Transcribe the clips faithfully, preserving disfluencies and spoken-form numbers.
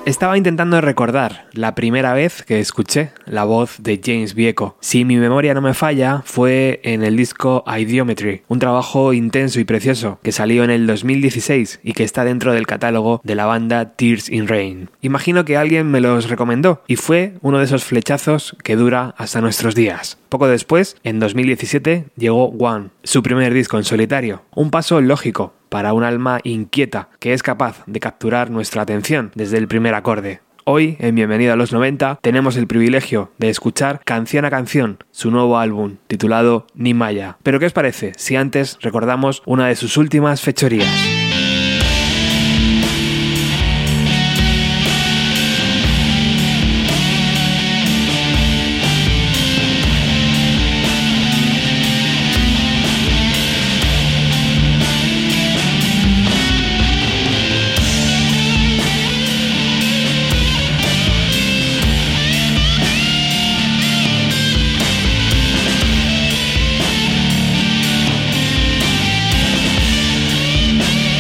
Estaba intentando recordar la primera vez que escuché la voz de James Vieco. Si mi memoria no me falla, fue en el disco Ideometry, un trabajo intenso y precioso que salió en el dos mil dieciséis y que está dentro del catálogo de la banda Tears in Rain. Imagino que alguien me los recomendó y fue uno de esos flechazos que dura hasta nuestros días. Poco después, en dos mil diecisiete, llegó One, su primer disco en solitario. Un paso lógico para un alma inquieta que es capaz de capturar nuestra atención desde el primer acorde. Hoy, en Bienvenido a los noventa, tenemos el privilegio de escuchar canción a canción su nuevo álbum, titulado Nimaya. Pero ¿qué os parece si antes recordamos una de sus últimas fechorías? Nimaya.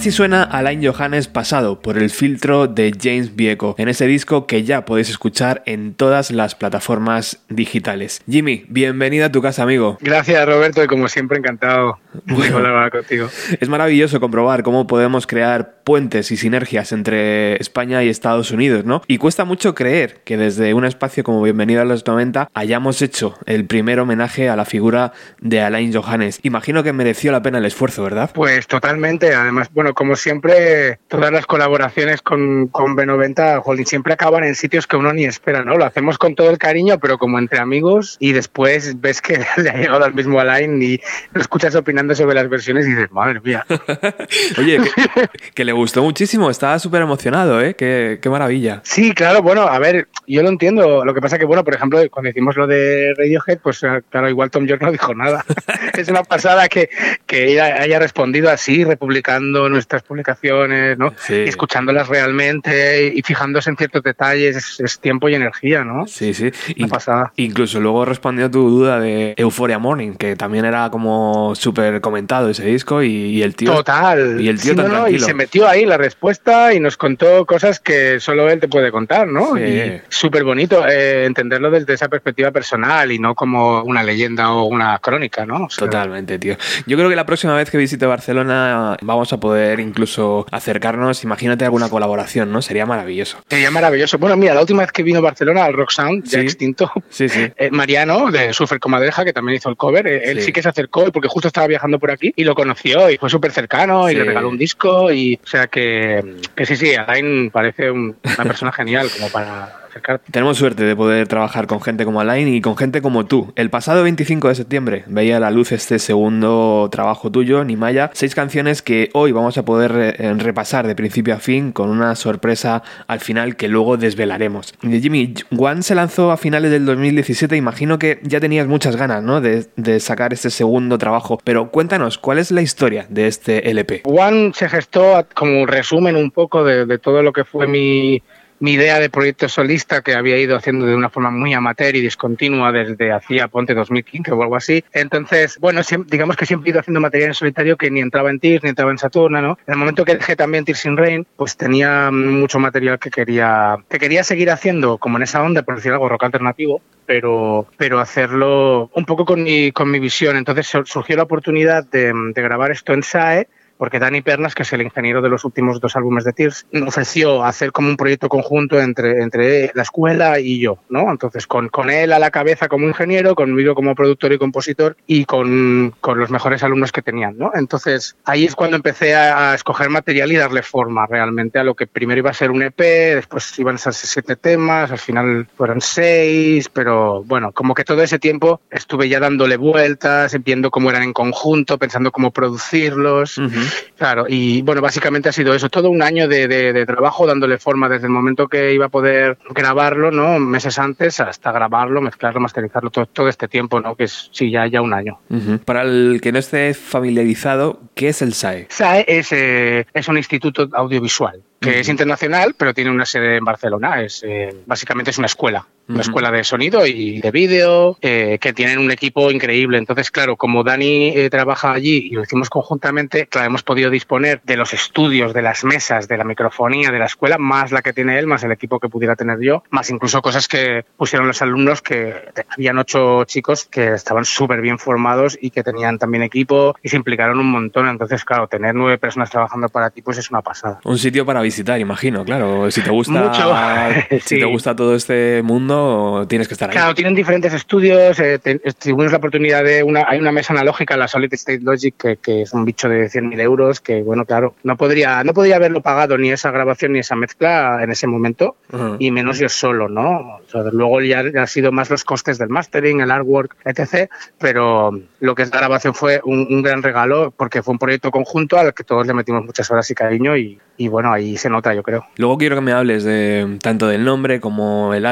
Así suena Alain Johannes pasado por el filtro de James Bieco, en ese disco que ya podéis escuchar en todas las plataformas digitales. Jimmy, bienvenido a tu casa, amigo. Gracias, Roberto, y como siempre encantado bueno, de hablar contigo. Es maravilloso comprobar cómo podemos crear puentes y sinergias entre España y Estados Unidos, ¿no? Y cuesta mucho creer que desde un espacio como Bienvenido a los noventa hayamos hecho el primer homenaje a la figura de Alain Johannes. Imagino que mereció la pena el esfuerzo, ¿verdad? Pues totalmente. Además, bueno, como siempre, todas las colaboraciones con, con B noventa, jolín, siempre acaban en sitios que uno ni espera, ¿no? Lo hacemos con todo el cariño, pero como entre amigos, y después ves que le ha llegado al mismo Alain y lo escuchas opinando sobre las versiones y dices, madre mía. Oye, que, que le gustó muchísimo, estaba súper emocionado, ¿eh? Qué, qué maravilla. Sí, claro, bueno, a ver, yo lo entiendo. Lo que pasa que, bueno, por ejemplo, cuando hicimos lo de Radiohead, pues claro, igual Tom York no dijo nada. Es una pasada que, que haya respondido así, republicando nuestras publicaciones, ¿no? Sí. Y escuchándolas realmente y fijándose en ciertos detalles, es, es tiempo y energía, ¿no? Sí, sí. Una pasada. Incluso luego respondió tu duda de Euphoria Morning, que también era como súper comentado ese disco y, y el tío... Total. Y el tío sí, tan no, no, tranquilo. Y se metió ahí la respuesta y nos contó cosas que solo él te puede contar, ¿no? Sí. Y súper bonito eh, entenderlo desde esa perspectiva personal y no como una leyenda o una crónica, ¿no? O sea, totalmente, tío. Yo creo que la próxima vez que visite Barcelona vamos a poder incluso acercarnos, imagínate alguna colaboración, ¿no? Sería maravilloso. Sería maravilloso. Bueno, mira, la última vez que vino a Barcelona al Rock Sound, ya sí. extinto, sí, sí. Eh, Mariano, de Surfer Comadreja, que también hizo el cover, eh, él sí. sí que se acercó porque justo estaba viajando por aquí y lo conoció y fue súper cercano y sí. le regaló un disco y, o sea, que, que sí, sí, Alain parece un, una persona genial como para... acercarte. Tenemos suerte de poder trabajar con gente como Alain y con gente como tú. El pasado veinticinco de septiembre veía a la luz este segundo trabajo tuyo, Nimaya, seis canciones que hoy vamos a poder re- repasar de principio a fin con una sorpresa al final que luego desvelaremos. Jimmy, One se lanzó a finales del dos mil diecisiete, imagino que ya tenías muchas ganas, ¿no? de, de sacar este segundo trabajo, pero cuéntanos, ¿cuál es la historia de este L P? One se gestó como un resumen un poco de, de todo lo que fue mi... mi idea de proyecto solista que había ido haciendo de una forma muy amateur y discontinua desde hacía, ponte, dos mil quince o algo así. Entonces, bueno, siempre, digamos que siempre he ido haciendo material en solitario que ni entraba en Tears, ni entraba en Saturna, ¿no? En el momento que dejé también Tears in Rain, pues tenía mucho material que quería, que quería seguir haciendo como en esa onda, por decir algo, rock alternativo, pero, pero hacerlo un poco con mi, con mi visión. Entonces surgió la oportunidad de, de grabar esto en S A E, porque Dani Pernas, que es el ingeniero de los últimos dos álbumes de Tears, me ofreció hacer como un proyecto conjunto entre, entre la escuela y yo, ¿no? Entonces, con, con él a la cabeza como ingeniero, conmigo como productor y compositor y con, con los mejores alumnos que tenían, ¿no? Entonces, ahí es cuando empecé a, a escoger material y darle forma realmente a lo que primero iba a ser un E P, después iban a ser siete temas, al final fueron seis, pero bueno, como que todo ese tiempo estuve ya dándole vueltas, viendo cómo eran en conjunto, pensando cómo producirlos. Uh-huh. Claro, y bueno, básicamente ha sido eso, todo un año de, de, de trabajo dándole forma desde el momento que iba a poder grabarlo, ¿no? Meses antes hasta grabarlo, mezclarlo, masterizarlo, todo, todo este tiempo, ¿no? Que es, sí, ya, ya un año. Uh-huh. Para el que no esté familiarizado, ¿qué es el S A E? S A E es, eh, es un instituto audiovisual que uh-huh. es internacional, pero tiene una sede en Barcelona. Es eh, básicamente es una escuela. Una uh-huh. escuela de sonido y de vídeo, eh, que tienen un equipo increíble. Entonces, claro, como Dani eh, trabaja allí y lo hicimos conjuntamente, claro, hemos podido disponer de los estudios, de las mesas, de la microfonía de la escuela, más la que tiene él, más el equipo que pudiera tener yo, más incluso cosas que pusieron los alumnos, que habían ocho chicos que estaban súper bien formados y que tenían también equipo y se implicaron un montón. Entonces, claro, tener nueve personas trabajando para ti, pues es una pasada. Un sitio para visitar, imagino, claro. Si te gusta, Mucho. si sí. te gusta todo este mundo, tienes que estar ahí. Claro, tienen diferentes estudios. Eh, te, tuvimos la oportunidad de una, hay una mesa analógica, la Solid State Logic, que, que es un bicho de cien mil euros, que bueno, claro, no podría, no podría haberlo pagado ni esa grabación ni esa mezcla en ese momento, uh-huh. y menos yo solo, ¿no? O sea, luego ya, ya ha sido más los costes del mastering, el artwork, etcétera. Pero lo que es la grabación fue un, un gran regalo, porque fue un proyecto conjunto al que todos le metimos muchas horas y cariño, y, y bueno, ahí se nota, yo creo. Luego quiero que me hables de tanto del nombre como el arte que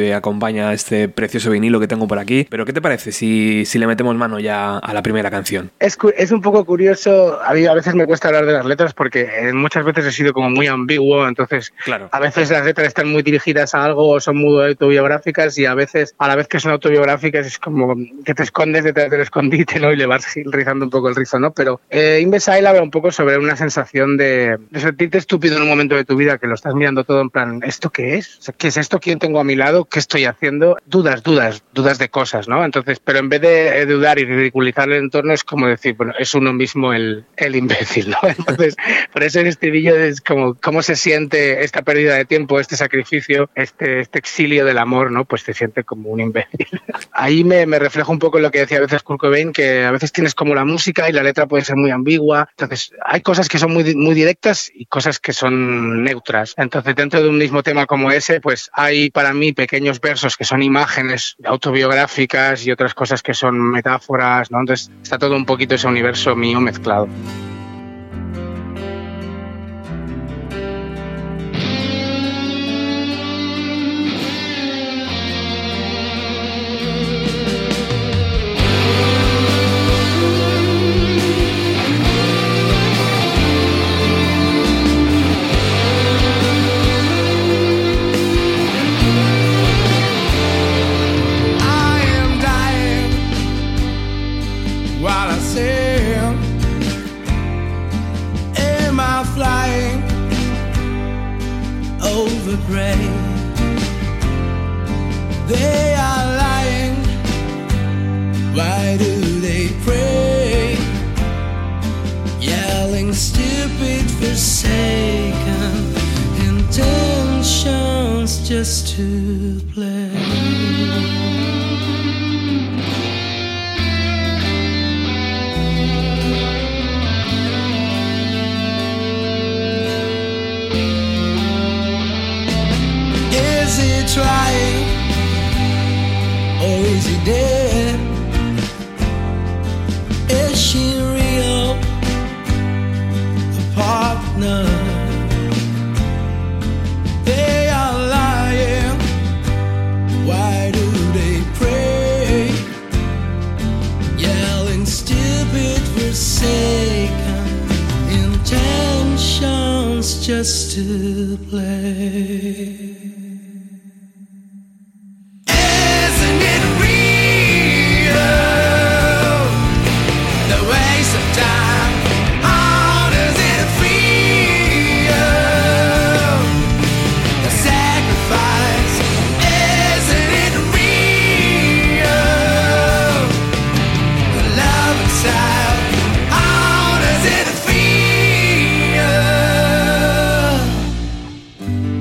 que acompaña este precioso vinilo que tengo por aquí. Pero ¿qué te parece si, si le metemos mano ya a la primera canción? Es, es un poco curioso, a mí a veces me cuesta hablar de las letras porque muchas veces he sido como muy ambiguo, entonces claro. A veces las letras están muy dirigidas a algo o son muy autobiográficas, y a veces, a la vez que son autobiográficas, es como que te escondes detrás del escondite, ¿no? Y le vas rizando un poco el rizo, ¿no? Pero eh, Imbecile habla un poco sobre una sensación de, de sentirte estúpido en un momento de tu vida, que lo estás mirando todo en plan, ¿esto qué es? O sea, ¿qué es esto? ¿Quién tengo a mi lado? ¿Qué estoy haciendo? Dudas, dudas, dudas de cosas, ¿no? Entonces, pero en vez de dudar y ridiculizar el entorno, es como decir, bueno, es uno mismo el, el imbécil, ¿no? Entonces, por eso el estribillo es como cómo se siente esta pérdida de tiempo, este sacrificio, este, este exilio del amor, ¿no? Pues te siente como un imbécil. Ahí me, me reflejo un poco lo que decía a veces Kurt Cobain, que a veces tienes como la música y la letra puede ser muy ambigua. Entonces, hay cosas que son muy, muy directas y cosas que son neutras. Entonces, dentro de un mismo tema como ese, pues hay para mí pequeños versos que son imágenes autobiográficas y otras cosas que son metáforas, ¿no? Entonces, está todo un poquito ese universo mío mezclado. Just to play. Is he trying, or is he dead? Is she real, a partner? They are lying. Why do they pray? Yelling stupid, forsaken intentions just to play. Isn't it real? The waste of time. How does it feel? The sacrifice. Isn't it real? The love inside. How does it feel?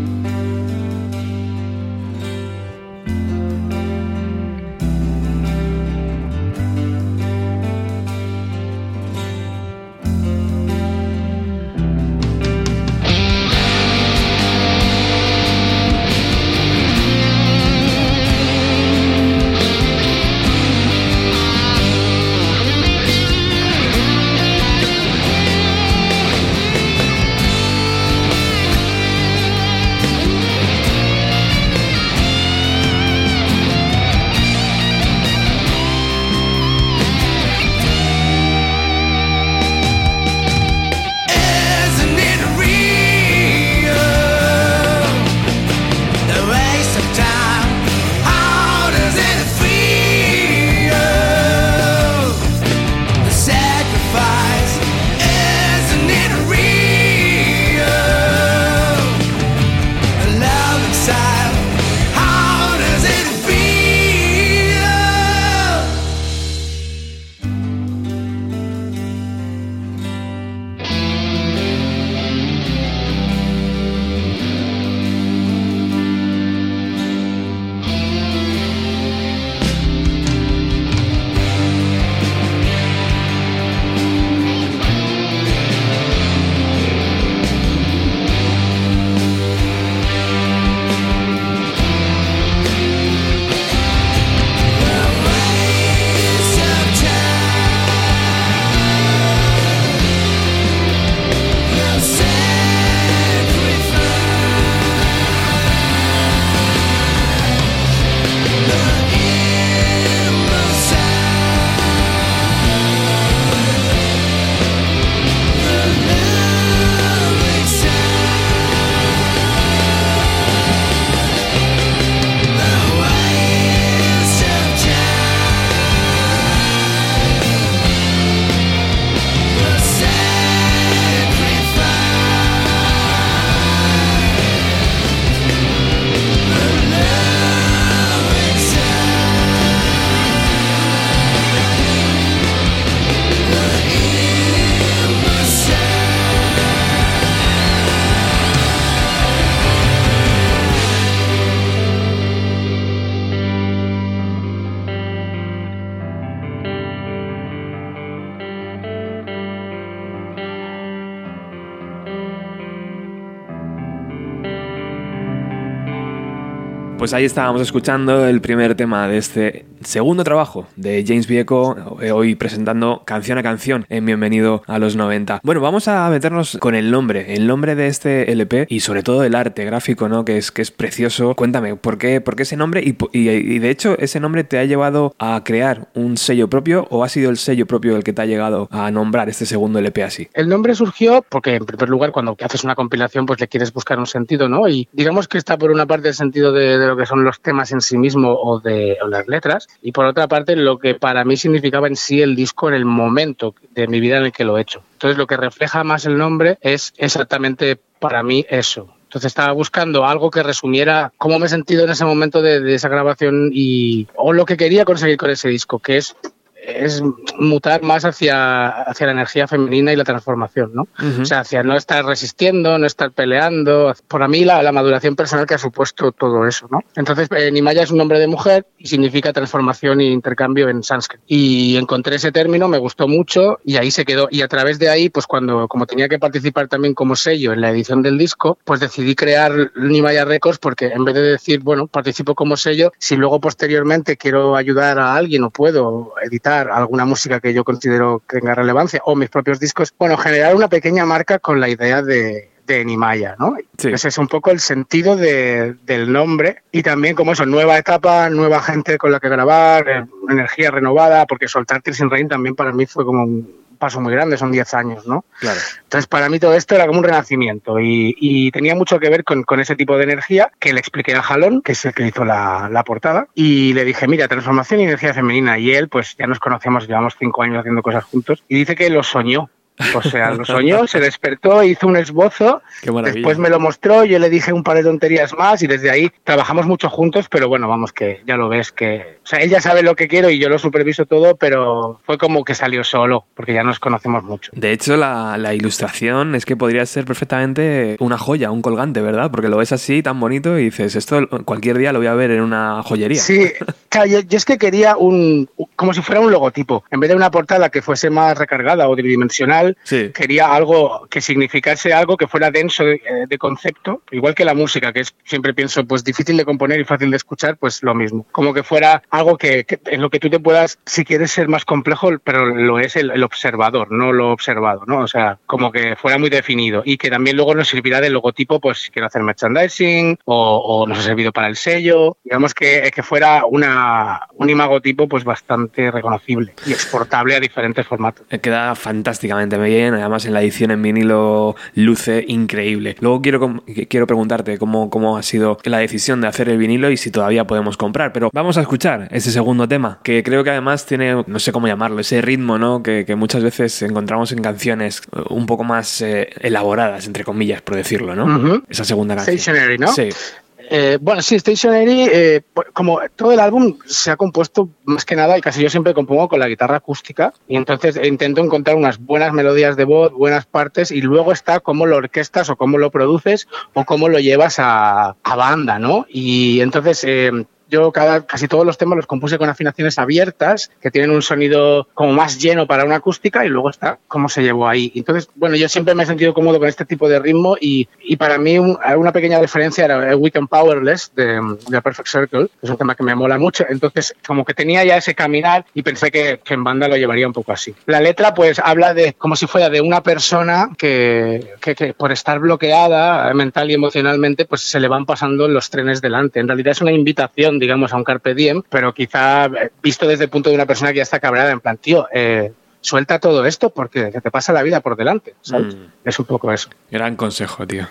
Pues ahí estábamos escuchando el primer tema de este segundo trabajo de James Bieco, hoy presentando canción a canción en Bienvenido a los noventa. Bueno, vamos a meternos con el nombre, el nombre de este L P y sobre todo el arte gráfico, ¿no? Que es, que es precioso. Cuéntame, ¿por qué, por qué ese nombre? Y, y, y de hecho, ¿ese nombre te ha llevado a crear un sello propio o ha sido el sello propio el que te ha llegado a nombrar este segundo L P así? El nombre surgió porque, en primer lugar, cuando haces una compilación, pues le quieres buscar un sentido, ¿no? Y digamos que está por una parte el sentido de, de lo que son los temas en sí mismo o de o las letras, y por otra parte lo que para mí significaba en sí el disco en el momento de mi vida en el que lo he hecho. Entonces lo que refleja más el nombre es exactamente para mí eso. Entonces estaba buscando algo que resumiera cómo me he sentido en ese momento de, de esa grabación y o lo que quería conseguir con ese disco, que es es mutar más hacia, hacia la energía femenina y la transformación, ¿no? Uh-huh. O sea, hacia no estar resistiendo, no estar peleando. Por mí, la, la maduración personal que ha supuesto todo eso, ¿no? Entonces, eh, Nimaya es un nombre de mujer y significa transformación e intercambio en sánscrito. Y encontré ese término, me gustó mucho y ahí se quedó. Y a través de ahí, pues cuando, como tenía que participar también como sello en la edición del disco, pues decidí crear Nimaya Records porque en vez de decir, bueno, participo como sello, si luego posteriormente quiero ayudar a alguien o puedo editar alguna música que yo considero que tenga relevancia o mis propios discos, bueno, generar una pequeña marca con la idea de, de Nimaya, ¿no? Sí. Ese es un poco el sentido de, del nombre y también como eso, nueva etapa, nueva gente con la que grabar, eh, energía renovada, porque soltar Tears in Rain también para mí fue como un paso muy grande, son diez años, ¿no? Claro. Entonces, para mí todo esto era como un renacimiento y, y tenía mucho que ver con, con ese tipo de energía que le expliqué a Jalón, que es el que hizo la, la portada, y le dije, mira, transformación y energía femenina. Y él, pues ya nos conocemos, llevamos cinco años haciendo cosas juntos, y dice que lo soñó. O sea, lo soñó, se despertó, hizo un esbozo, después me lo mostró, yo le dije un par de tonterías más y desde ahí trabajamos mucho juntos, pero bueno, vamos, que ya lo ves que... O sea, él ya sabe lo que quiero y yo lo superviso todo, pero fue como que salió solo, porque ya nos conocemos mucho. De hecho, la, la ilustración es que podría ser perfectamente una joya, un colgante, ¿verdad? Porque lo ves así, tan bonito, y dices, esto cualquier día lo voy a ver en una joyería. Sí, claro, yo, yo es que quería un... como si fuera un logotipo, en vez de una portada que fuese más recargada o tridimensional. Sí. Quería algo que significase algo que fuera denso de, de concepto, igual que la música, que es, siempre pienso, pues difícil de componer y fácil de escuchar, pues lo mismo. Como que fuera algo que, que en lo que tú te puedas, si quieres ser más complejo, pero lo es el, el observador, no lo observado, ¿no? O sea, como que fuera muy definido y que también luego nos servirá de logotipo, pues si quiero hacer merchandising o, o nos ha servido para el sello. Digamos que, que fuera una, un imagotipo pues bastante reconocible y exportable a diferentes formatos. Queda fantásticamente bien. Además en la edición en vinilo luce increíble. Luego quiero, quiero preguntarte cómo, cómo ha sido la decisión de hacer el vinilo y si todavía podemos comprar, pero vamos a escuchar ese segundo tema, que creo que además tiene, no sé cómo llamarlo, ese ritmo, ¿no? que, que muchas veces encontramos en canciones un poco más eh, elaboradas, entre comillas, por decirlo, ¿no? Uh-huh. Esa segunda canción. Stationary, ¿no? Sí. Eh, bueno, sí, Stationary, eh, como todo el álbum se ha compuesto más que nada, y casi yo siempre compongo con la guitarra acústica, y entonces intento encontrar unas buenas melodías de voz, buenas partes, y luego está cómo lo orquestas o cómo lo produces o cómo lo llevas a, a banda, ¿no? Y entonces... Eh, Yo cada, casi todos los temas los compuse con afinaciones abiertas, que tienen un sonido como más lleno para una acústica, y luego está cómo se llevó ahí. Entonces, bueno, yo siempre me he sentido cómodo con este tipo de ritmo y, y para mí un, una pequeña referencia era Weekend Powerless de, de Perfect Circle, que es un tema que me mola mucho. Entonces, como que tenía ya ese caminar y pensé que, que en banda lo llevaría un poco así. La letra, pues, habla de como si fuera de una persona que, que, que por estar bloqueada mental y emocionalmente, pues se le van pasando los trenes delante. En realidad es una invitación, digamos, a un carpe diem, pero quizá visto desde el punto de una persona que ya está cabreada, en plan, tío, eh, suelta todo esto porque te pasa la vida por delante, ¿sabes? Mm. Es un poco eso. Gran consejo, tío.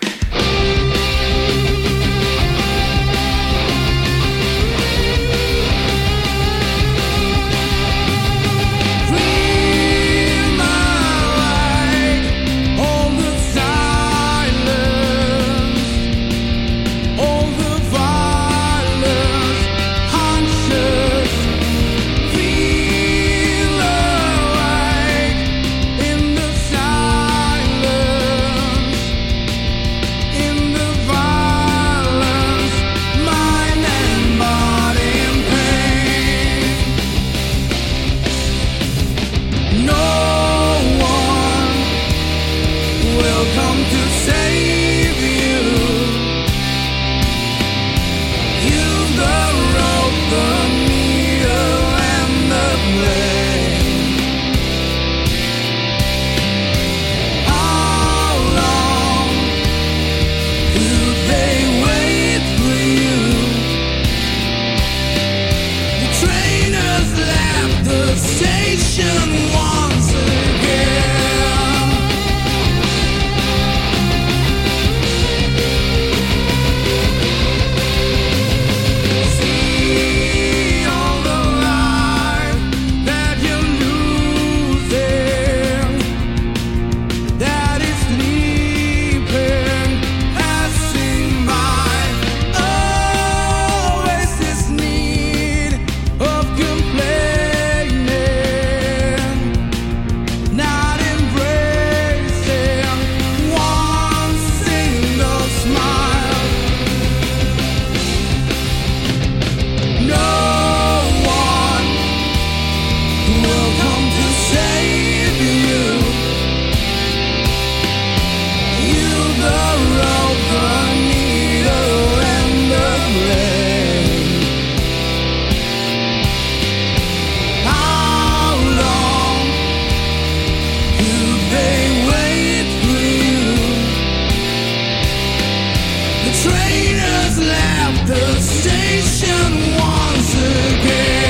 In the station once again. See all the life that you're losing, that is sleeping, passing by. Always this need of complaining, not embracing one single smile. No one will come to save you. You the rope, the needle, and the blade. How long do they wait for you? The train has left the station once again.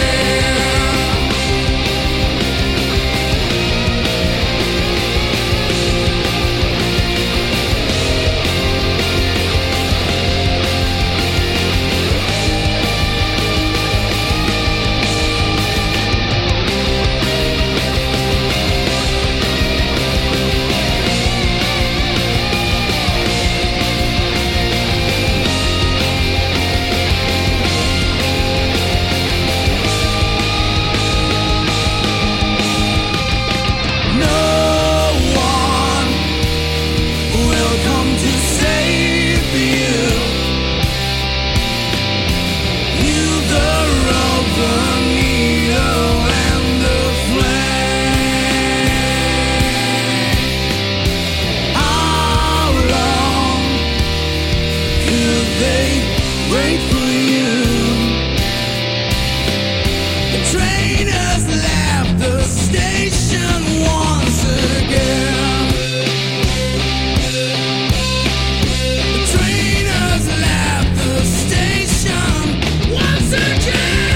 No one will come to save you. You the rope, the needle, and the flame. How long could they wait for you? The train has left the station once again. The train has left the station once again.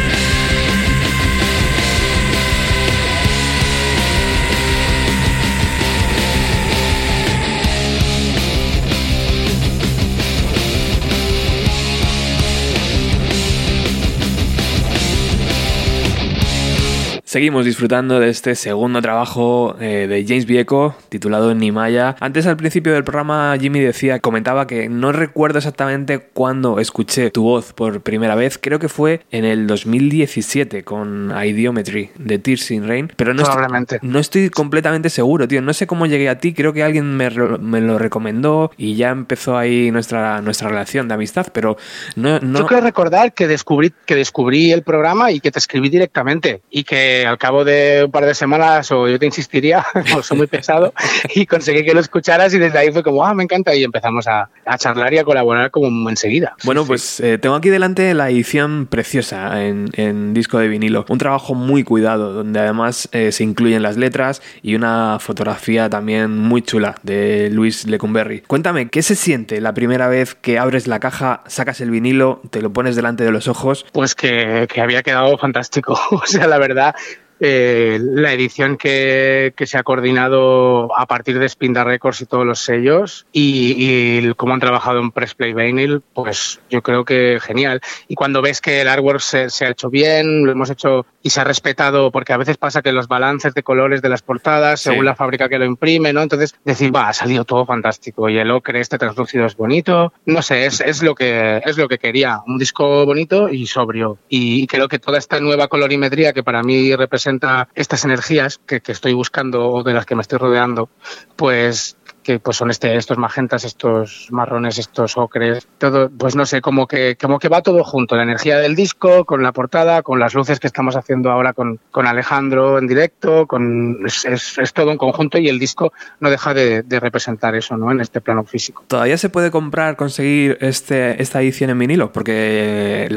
Seguimos disfrutando de este segundo trabajo eh, de James Bieco titulado Nimaya. Antes, al principio del programa, Jimmy decía, comentaba que no recuerdo exactamente cuándo escuché tu voz por primera vez. Creo que fue en el dos mil diecisiete con Ideometry de Tears in Rain, pero no estoy, Probablemente. no estoy completamente seguro, tío. No sé cómo llegué a ti. Creo que alguien me, re- me lo recomendó y ya empezó ahí nuestra, nuestra relación de amistad, pero no... no... Yo creo recordar que descubrí, que descubrí el programa y que te escribí directamente y que al cabo de un par de semanas o yo te insistiría, o soy muy pesado, y conseguí que lo escucharas y desde ahí fue como, ah, me encanta, y empezamos a, a charlar y a colaborar como enseguida. Bueno, Sí, pues sí. eh, tengo aquí delante la edición preciosa en, en disco de vinilo. Un trabajo muy cuidado, donde además eh, se incluyen las letras y una fotografía también muy chula de Luis Lecumberri. Cuéntame, ¿qué se siente la primera vez que abres la caja, sacas el vinilo, te lo pones delante de los ojos? Pues que, que había quedado fantástico. O sea, la verdad, eh, la edición que, que se ha coordinado a partir de Spinda Records y todos los sellos y, y cómo han trabajado en Press Play Vinyl, pues yo creo que genial. Y cuando ves que el artwork se, se ha hecho bien, lo hemos hecho y se ha respetado, porque a veces pasa que los balances de colores de las portadas, Sí. según la fábrica que lo imprime, ¿no? Entonces decir, va, ha salido todo fantástico y el ocre este translúcido es bonito. No sé, es, es lo que es lo que quería, un disco bonito y sobrio. Y creo que toda esta nueva colorimetría que para mí representa estas energías que, que estoy buscando o de las que me estoy rodeando, pues que pues son este, estos magentas, estos marrones, estos ocres, todo, pues no sé, como que, como que va todo junto, la energía del disco, con la portada, con las luces que estamos haciendo ahora con, con Alejandro en directo, con, es, es, es todo un conjunto y el disco no deja de, de representar eso, ¿no? En este plano físico. ¿Todavía se puede comprar, conseguir este, esta edición en vinilo? Porque la,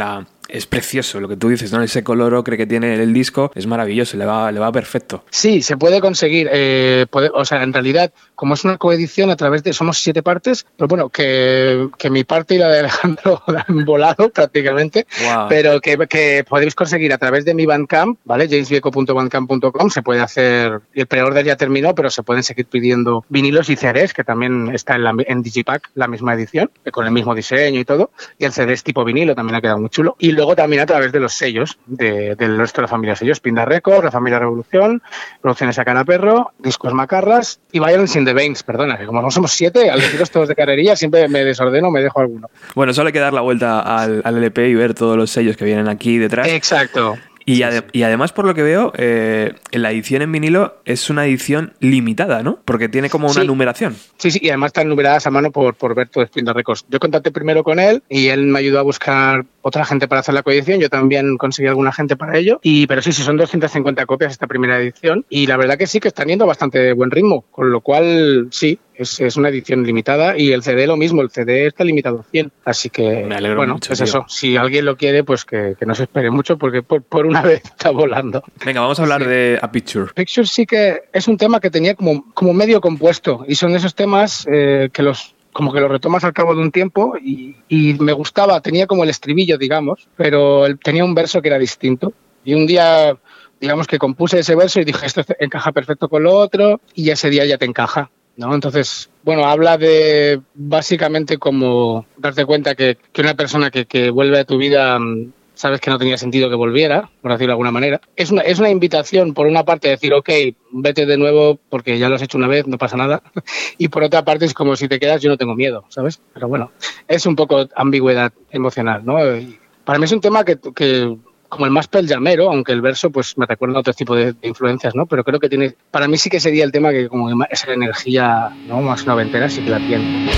es precioso lo que tú dices, ¿no? Ese color ocre que tiene el disco es maravilloso, le va, le va perfecto. Sí, se puede conseguir. Eh, puede, o sea, en realidad, como es una coedición a través de... Somos siete partes, pero bueno, que, que mi parte y la de Alejandro la han volado prácticamente, Wow. pero que, que podéis conseguir a través de mi Bandcamp, ¿vale? james vieco punto bandcamp punto com. Se puede hacer... El pre-order ya terminó, pero se pueden seguir pidiendo vinilos y C Ds, que también está en, la, en Digipack, la misma edición, con el mismo diseño y todo. Y el C D es tipo vinilo, también ha quedado muy chulo. Y luego también a través de los sellos, de, del resto de la familia de sellos, Pinda Records, La Familia Revolución, Producciones a Cara Perro, Discos Macarras y Violence in the Veins, perdona, que como no somos siete, al deciros todos de carrería siempre me desordeno, me dejo alguno. Bueno, solo hay que dar la vuelta al, al L P y ver todos los sellos que vienen aquí detrás. Exacto. Y, ade- y además, por lo que veo, eh, la edición en vinilo es una edición limitada, ¿no? Porque tiene como una Sí. numeración. Sí, sí, y además están numeradas a mano por, por Berto de Spinda Records. Yo contacté primero con él y él me ayudó a buscar otra gente para hacer la coedición. Yo también conseguí alguna gente para ello. Y, pero sí, sí, son doscientas cincuenta copias esta primera edición. Y la verdad que sí que están yendo a bastante buen ritmo. Con lo cual, sí, es, es una edición limitada. Y el C D lo mismo, el C D está limitado a cien. Así que, Me alegro bueno, mucho, es tío. eso. Si alguien lo quiere, pues que, que no se espere mucho porque por, por una vez está volando. Venga, vamos a hablar Sí. de A Picture. Pictures sí que es un tema que tenía como, como medio compuesto y son esos temas eh, que los como que los retomas al cabo de un tiempo y, y me gustaba, tenía como el estribillo, digamos, pero él tenía un verso que era distinto. Y un día, digamos que compuse ese verso y dije, esto encaja perfecto con lo otro y ese día ya te encaja, ¿no? Entonces, bueno, habla de básicamente como darte cuenta que, que una persona que, que vuelve a tu vida... sabes que no tenía sentido que volviera, por decirlo de alguna manera. Es una, es una invitación, por una parte, a decir, ok, vete de nuevo porque ya lo has hecho una vez, no pasa nada. Y por otra parte, es como si te quedas, yo no tengo miedo, ¿sabes? Pero bueno, es un poco ambigüedad emocional, ¿no? Y para mí es un tema que, que como el más peljamero, aunque el verso pues me recuerda a otro tipo de, de influencias, ¿no? Pero creo que tiene, para mí sí que sería el tema que como esa energía, ¿no? Más noventera sí que la tiene.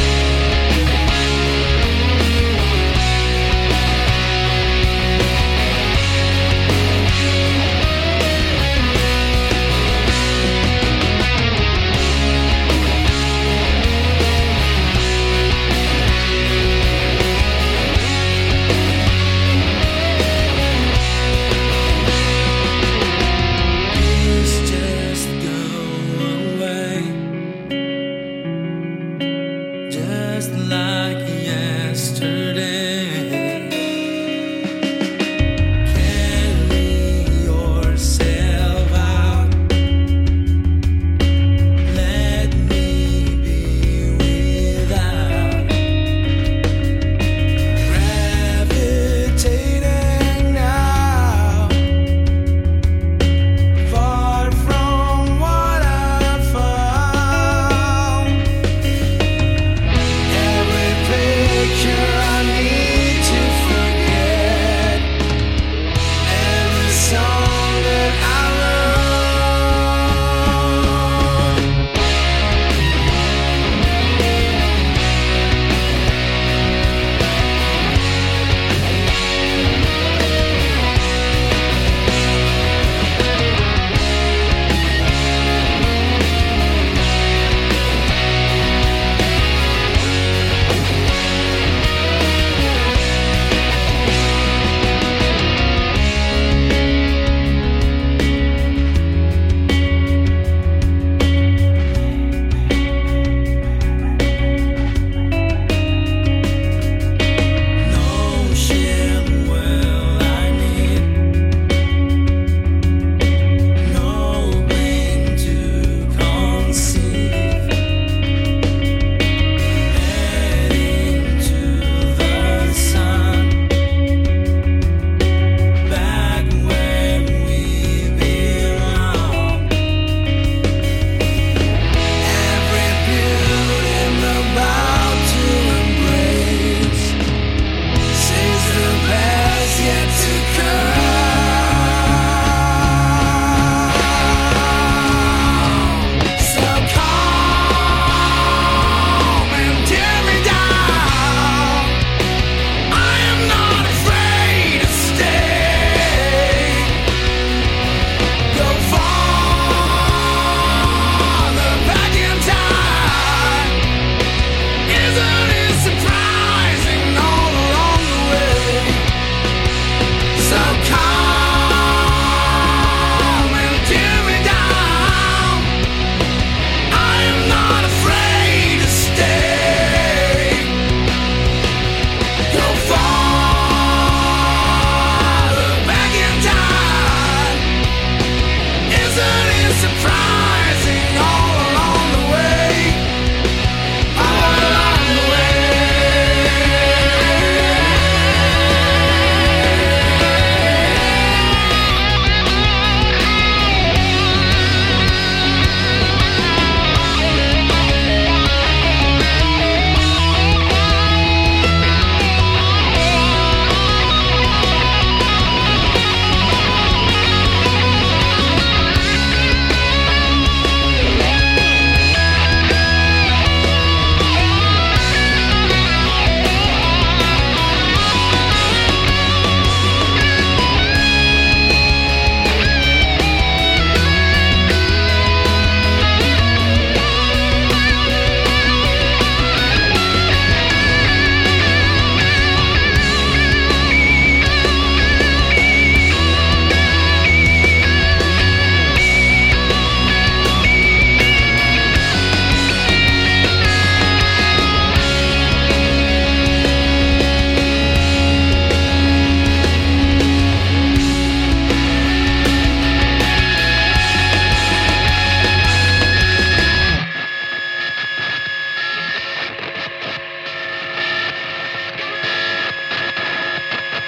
Just go away. Just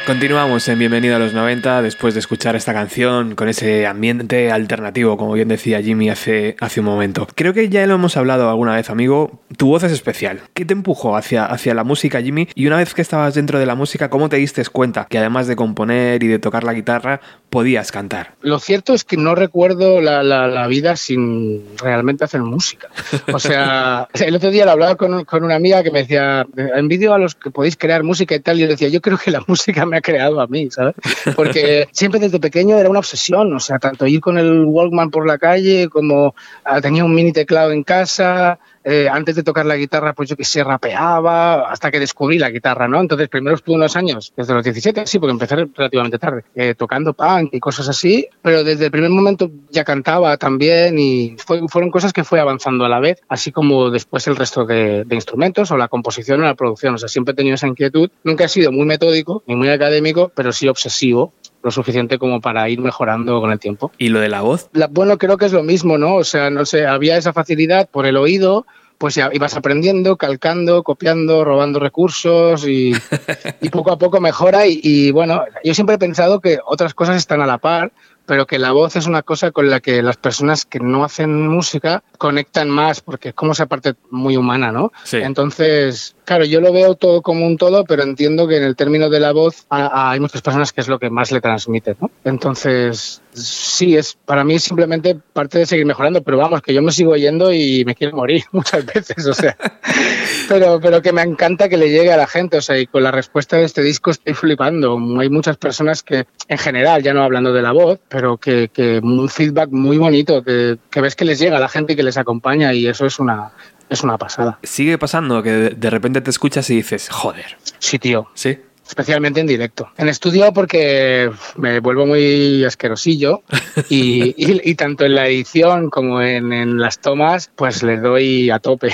Continuamos en Bienvenido a los noventa después de escuchar esta canción con ese ambiente alternativo, como bien decía Jimmy hace, hace un momento. Creo que ya lo hemos hablado alguna vez, amigo. Tu voz es especial. ¿Qué te empujó hacia, hacia la música, Jimmy? Y una vez que estabas dentro de la música, ¿cómo te diste cuenta que además de componer y de tocar la guitarra, podías cantar? Lo cierto es que no recuerdo la, la, la vida sin realmente hacer música. O sea, el otro día lo hablaba con, con una amiga que me decía, envidio a los que podéis crear música y tal. Y yo decía, yo creo que la música me ha creado a mí, ¿sabes? Porque siempre desde pequeño era una obsesión, o sea, tanto ir con el Walkman por la calle como ah, tenía un mini teclado en casa. Eh, antes de tocar la guitarra, pues yo que sé, rapeaba, hasta que descubrí la guitarra, ¿no? Entonces, primero estuve unos años, desde los diecisiete, sí, porque empecé relativamente tarde, eh, tocando punk y cosas así, pero desde el primer momento ya cantaba también y fue, fueron cosas que fue avanzando a la vez, así como después el resto de, de instrumentos o la composición o la producción. O sea, siempre he tenido esa inquietud. Nunca he sido muy metódico ni muy académico, pero sí obsesivo, lo suficiente como para ir mejorando con el tiempo. ¿Y lo de la voz? La, bueno, creo que es lo mismo, ¿no? O sea, no sé, había esa facilidad por el oído, pues ya ibas aprendiendo, calcando, copiando, robando recursos y, y poco a poco mejora. Y, y bueno, yo siempre he pensado que otras cosas están a la par, pero que la voz es una cosa con la que las personas que no hacen música conectan más, porque es como esa parte muy humana, ¿no? Sí. Entonces, claro, yo lo veo todo como un todo, pero entiendo que en el término de la voz a, a, hay muchas personas que es lo que más le transmite, ¿no? Entonces, sí, es para mí simplemente parte de seguir mejorando, pero vamos, que yo me sigo oyendo y me quiero morir muchas veces, o sea, pero, pero que me encanta que le llegue a la gente, o sea, y con la respuesta de este disco estoy flipando. Hay muchas personas que, en general, ya no hablando de la voz, pero que, que un feedback muy bonito, que, que ves que les llega a la gente y que les acompaña, y eso es una, es una pasada. ¿Sigue pasando que de, de repente te escuchas y dices, joder? Sí, tío. ¿Sí? Especialmente en directo. En estudio porque me vuelvo muy asquerosillo y, y, y tanto en la edición como en, en las tomas pues le doy a tope.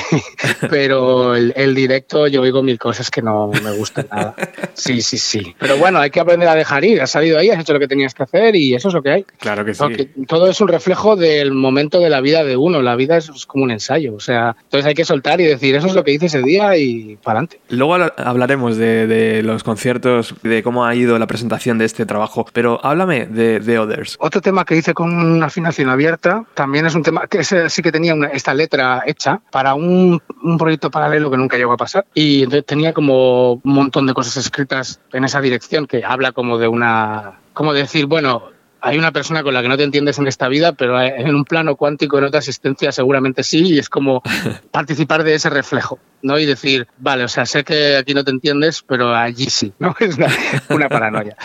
Pero el, el directo yo oigo mil cosas que no me gustan nada. Sí, sí, sí. Pero bueno, hay que aprender a dejar ir. Has salido ahí, has hecho lo que tenías que hacer y eso es lo que hay. Claro que sí. Porque todo es un reflejo del momento de la vida de uno. La vida es, es como un ensayo. O sea, entonces hay que soltar y decir, eso es lo que hice ese día y para adelante. Luego hablaremos de, de los conciertos, de cómo ha ido la presentación de este trabajo, pero háblame de, de Others. Otro tema que hice con una afinación abierta, también es un tema que ese sí que tenía una, esta letra hecha para un, un proyecto paralelo que nunca llegó a pasar, y entonces tenía como un montón de cosas escritas en esa dirección que habla como de una, como decir, bueno, hay una persona con la que no te entiendes en esta vida, pero en un plano cuántico, en otra existencia, seguramente sí, y es como participar de ese reflejo, ¿no? Y decir, vale, o sea, sé que aquí no te entiendes, pero allí sí, ¿no? Es una, una paranoia.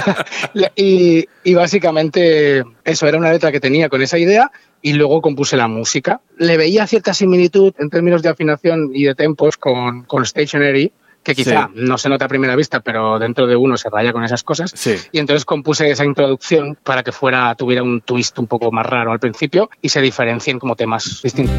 y, y básicamente eso era una letra que tenía con esa idea y luego compuse la música. Le veía cierta similitud en términos de afinación y de tempos con, con Stationary, que quizá sí. no se nota a primera vista, pero dentro de uno se raya con esas cosas. Sí. Y entonces compuse esa introducción para que fuera tuviera un twist un poco más raro al principio y se diferencien como temas distintos.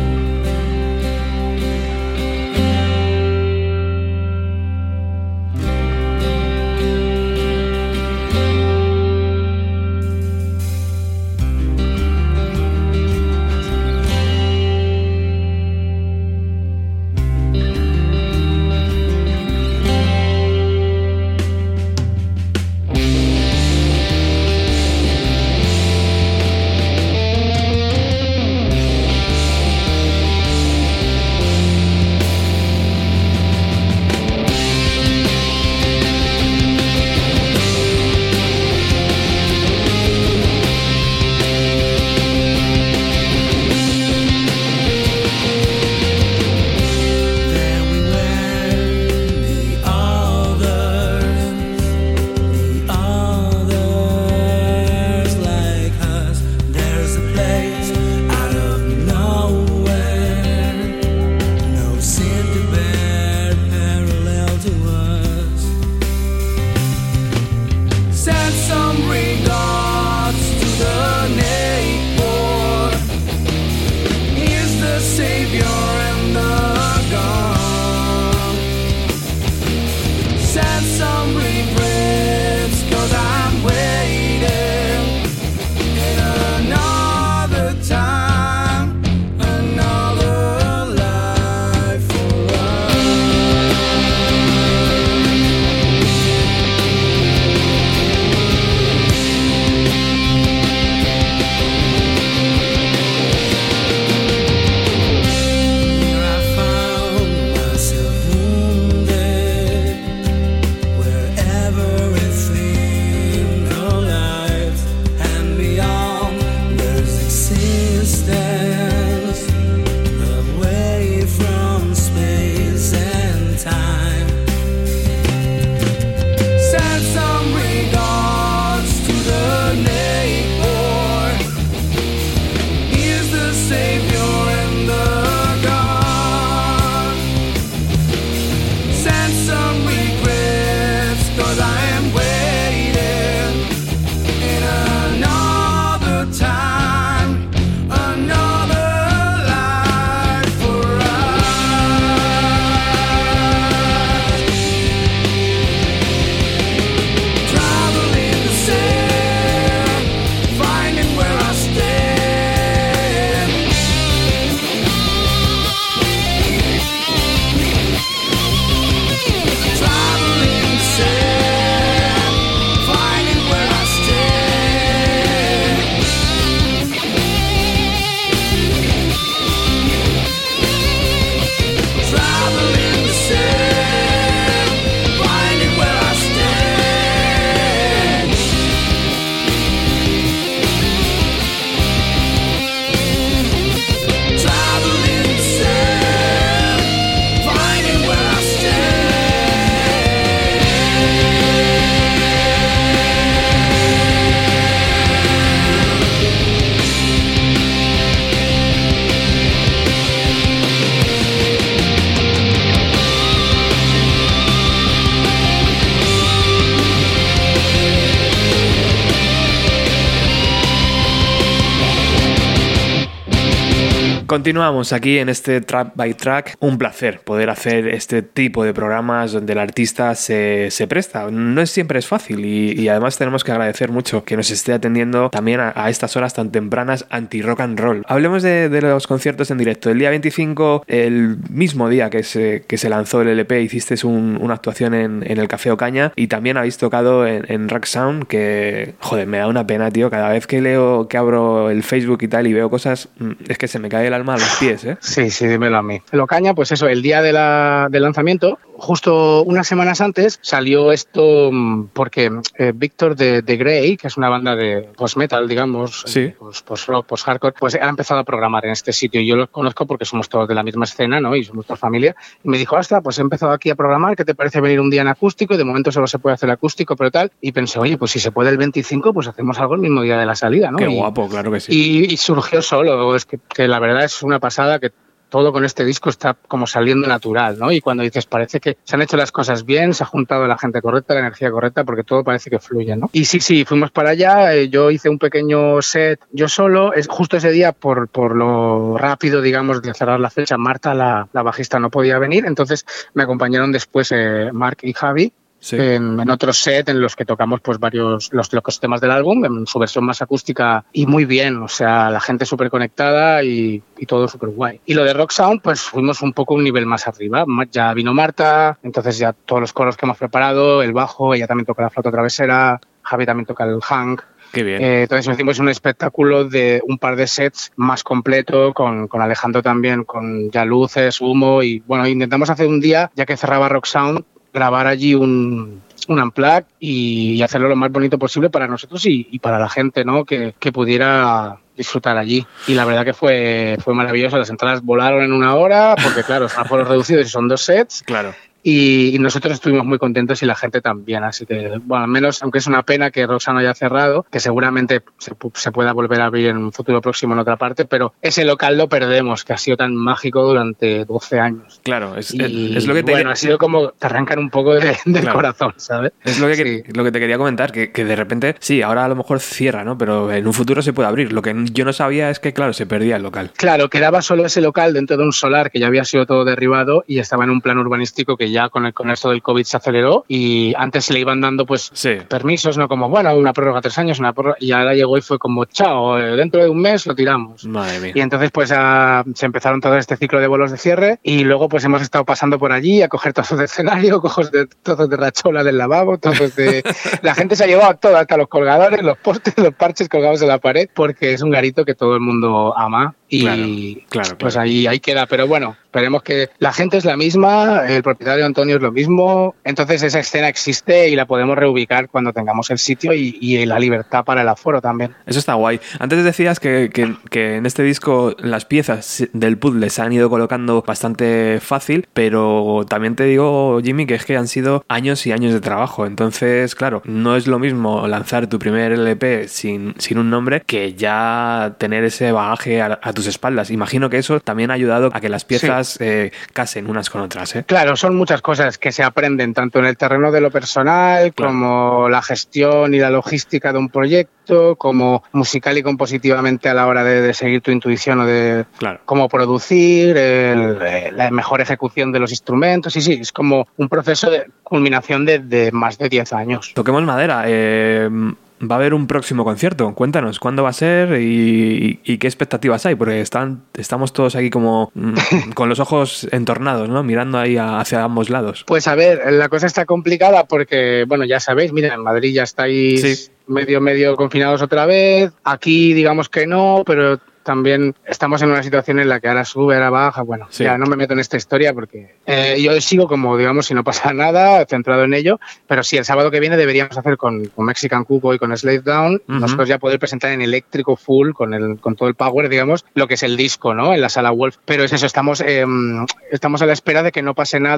Continuamos aquí en este Track by Track. Un placer poder hacer este tipo de programas donde el artista se, se presta. No es siempre es fácil y, y además tenemos que agradecer mucho que nos esté atendiendo también a, a estas horas tan tempranas anti-rock and roll. Hablemos de, de los conciertos en directo. El día veinticinco, el mismo día que se, que se lanzó el L P, hiciste un, una actuación en, en el Café Ocaña y también habéis tocado en, en Rock Sound, que, joder, me da una pena, tío. Cada vez que leo, que abro el Facebook y tal y veo cosas, es que se me cae el alma a los pies, ¿eh? Sí, sí, dímelo a mí. El Ocaña, pues eso, el día de la, del lanzamiento, justo unas semanas antes salió esto porque eh, Víctor de, de Grey, que es una banda de post-metal, digamos, sí. post-rock, post-hardcore, pues ha empezado a programar en este sitio. Yo los conozco porque somos todos de la misma escena, ¿no? Y somos toda familia. Y me dijo, hasta, pues he empezado aquí a programar, ¿qué te parece venir un día en acústico? Y de momento solo se puede hacer acústico, pero tal. Y pensé, oye, pues si se puede el veinticinco, pues hacemos algo el mismo día de la salida, ¿no? Qué y, guapo, claro que sí. Y, y surgió solo. Es que, que la verdad es una pasada que todo con este disco está como saliendo natural, ¿no? Y cuando dices, parece que se han hecho las cosas bien, se ha juntado la gente correcta, la energía correcta, porque todo parece que fluye, ¿no? Y sí, sí, fuimos para allá, eh, yo hice un pequeño set yo solo, es, justo ese día, por, por lo rápido, digamos, de cerrar la fecha, Marta, la, la bajista, no podía venir, entonces me acompañaron después eh, Mark y Javi, sí. en, en otro set en los que tocamos pues varios los, los temas del álbum en su versión más acústica y muy bien, o sea, la gente súper conectada y, y todo súper guay. Y lo de Rock Sound, pues fuimos un poco un nivel más arriba, ya vino Marta, entonces ya todos los coros que hemos preparado, el bajo, ella también toca la flauta travesera, Javi también toca el hang. Qué bien. Eh, entonces hicimos un espectáculo de un par de sets más completo, con, con Alejandro también, con ya luces, humo, y bueno, intentamos hacer un día, ya que cerraba Rock Sound, grabar allí un, un unplug y, y hacerlo lo más bonito posible para nosotros y, y para la gente, ¿no? Que, que pudiera disfrutar allí. Y la verdad que fue, fue maravilloso. Las entradas volaron en una hora, porque claro, son aforos reducidos y son dos sets. Claro. Y, y nosotros estuvimos muy contentos y la gente también, así que, bueno, al menos, aunque es una pena que Rock Sound haya cerrado, que seguramente se, se pueda volver a abrir en un futuro próximo en otra parte, pero ese local lo perdemos, que ha sido tan mágico durante doce años. Claro, es, y, es lo que te... Bueno, ha sido como te arrancan un poco de, del claro. corazón, ¿sabes? Es lo que, sí. lo que te quería comentar, que, que de repente, sí, ahora a lo mejor cierra, ¿no? Pero en un futuro se puede abrir. Lo que yo no sabía es que, claro, se perdía el local. Claro, quedaba solo ese local dentro de un solar que ya había sido todo derribado y estaba en un plan urbanístico que ya con el, con esto del COVID se aceleró y antes se le iban dando pues sí. permisos, ¿no? Como, bueno, una prórroga tres años, una prórroga, y ahora llegó y fue como, chao, dentro de un mes lo tiramos. Madre mía. Y entonces pues a, se empezaron todo este ciclo de bolos de cierre y luego pues hemos estado pasando por allí a coger trozos de escenario, cojos de, trozos de rachola del lavabo, trozos de... La gente se ha llevado todo, hasta los colgadores, los postes, los parches colgados en la pared, porque es un garito que todo el mundo ama y claro, claro, pues claro. ahí, ahí queda. Pero bueno, esperemos que la gente es la misma, el propietario Antonio es lo mismo, entonces esa escena existe y la podemos reubicar cuando tengamos el sitio y, y la libertad para el aforo también. Eso está guay. Antes decías que, que, que en este disco las piezas del puzzle se han ido colocando bastante fácil, pero también te digo, Jimmy, que es que han sido años y años de trabajo. Entonces, claro, no es lo mismo lanzar tu primer L P sin, sin un nombre que ya tener ese bagaje a, a tus espaldas. Imagino que eso también ha ayudado a que las piezas sí. eh, casen unas con otras, ¿eh? Claro, son muchas cosas que se aprenden tanto en el terreno de lo personal, claro. como la gestión y la logística de un proyecto, como musical y compositivamente a la hora de, de seguir tu intuición o de claro. cómo producir, el, la mejor ejecución de los instrumentos. Y sí, es como un proceso de culminación de, de más de diez años. Toquemos madera. Eh... Va a haber un próximo concierto. Cuéntanos, ¿cuándo va a ser y, y, y qué expectativas hay? Porque están, estamos todos aquí como mm, con los ojos entornados, ¿no? Mirando ahí a, hacia ambos lados. Pues a ver, la cosa está complicada porque, bueno, ya sabéis, mira, en Madrid ya estáis sí. medio, medio confinados otra vez. Aquí digamos que no, pero también estamos en una situación en la que ahora sube, ahora baja. Bueno, sí. ya no me meto en esta historia porque eh, yo sigo como, digamos, si no pasa nada, centrado en ello. Pero sí, el sábado que viene deberíamos hacer con, con Mexican Cupo y con Slave Down, uh-huh. nosotros ya poder presentar en eléctrico full, con el con todo el power, digamos, lo que es el disco, ¿no? En la Sala Wolf. Pero es eso, estamos, eh, estamos a la espera de que no pase nada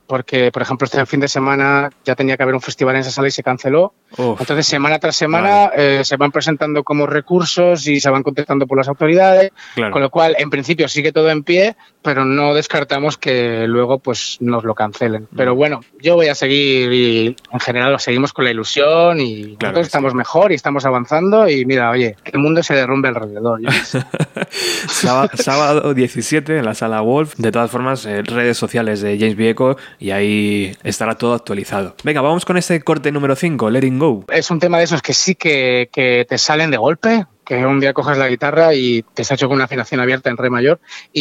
porque, por ejemplo, este fin de semana ya tenía que haber un festival en esa sala y se canceló. Uf. Entonces, semana tras semana Vale. eh, se van presentando como recursos y se van contestando por las autoridades, Claro. con lo cual, en principio, sigue todo en pie, pero no descartamos que luego pues nos lo cancelen. Pero bueno, yo voy a seguir y, en general, seguimos con la ilusión y Claro nosotros que estamos sí. mejor y estamos avanzando y mira, oye, que el mundo se derrumbe alrededor. Yo qué sé. Sábado, sábado diecisiete en la sala Wolf. De todas formas, eh, redes sociales de James Vieco y ahí estará todo actualizado. Venga, vamos con ese corte número cinco, Letting Go. Es un tema de esos que sí que, que te salen de golpe, que un día coges la guitarra y te has hecho con una afinación abierta en re mayor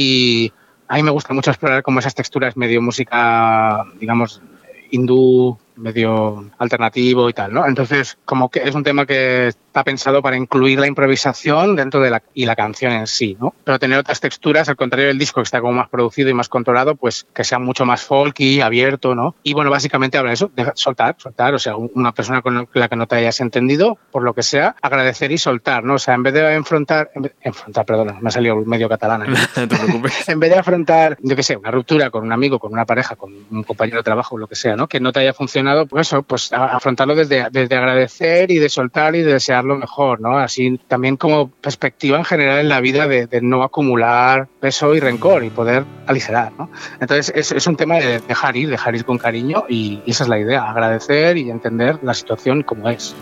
y a mí me gusta mucho explorar como esas texturas medio música, digamos, hindú, medio alternativo y tal, ¿no? Entonces, como que es un tema que está pensado para incluir la improvisación dentro de la y la canción en sí, ¿no? Pero tener otras texturas, al contrario del disco que está como más producido y más controlado, pues que sea mucho más folky, abierto, ¿no? Y bueno, básicamente habla de eso, de soltar, soltar, o sea, una persona con la que no te hayas entendido, por lo que sea, agradecer y soltar, ¿no? O sea, en vez de enfrentar, en vez, enfrentar, perdón, me ha salido medio catalana. No te preocupes. En vez de afrontar, yo qué sé, una ruptura con un amigo, con una pareja, con un compañero de trabajo, lo que sea, ¿no? Que no te haya funcionado, pues eso, pues a- afrontarlo desde, desde agradecer y de soltar y de desear lo mejor, ¿no? Así también como perspectiva en general en la vida de, de no acumular peso y rencor y poder aligerar, ¿no? Entonces es, es un tema de dejar ir, dejar ir con cariño y, y esa es la idea, agradecer y entender la situación como es.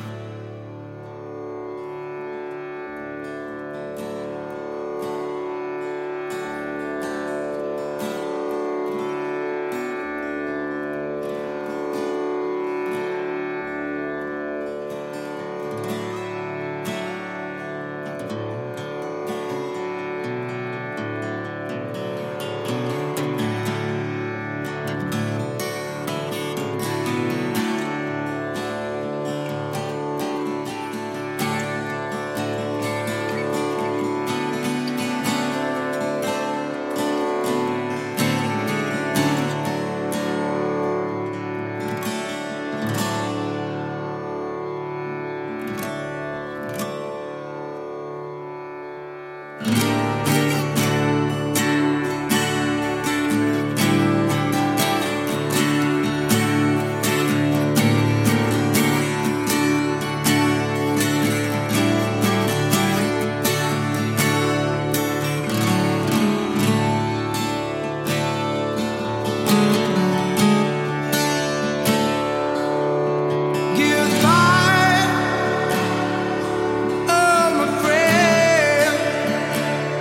Goodbye, oh my friend.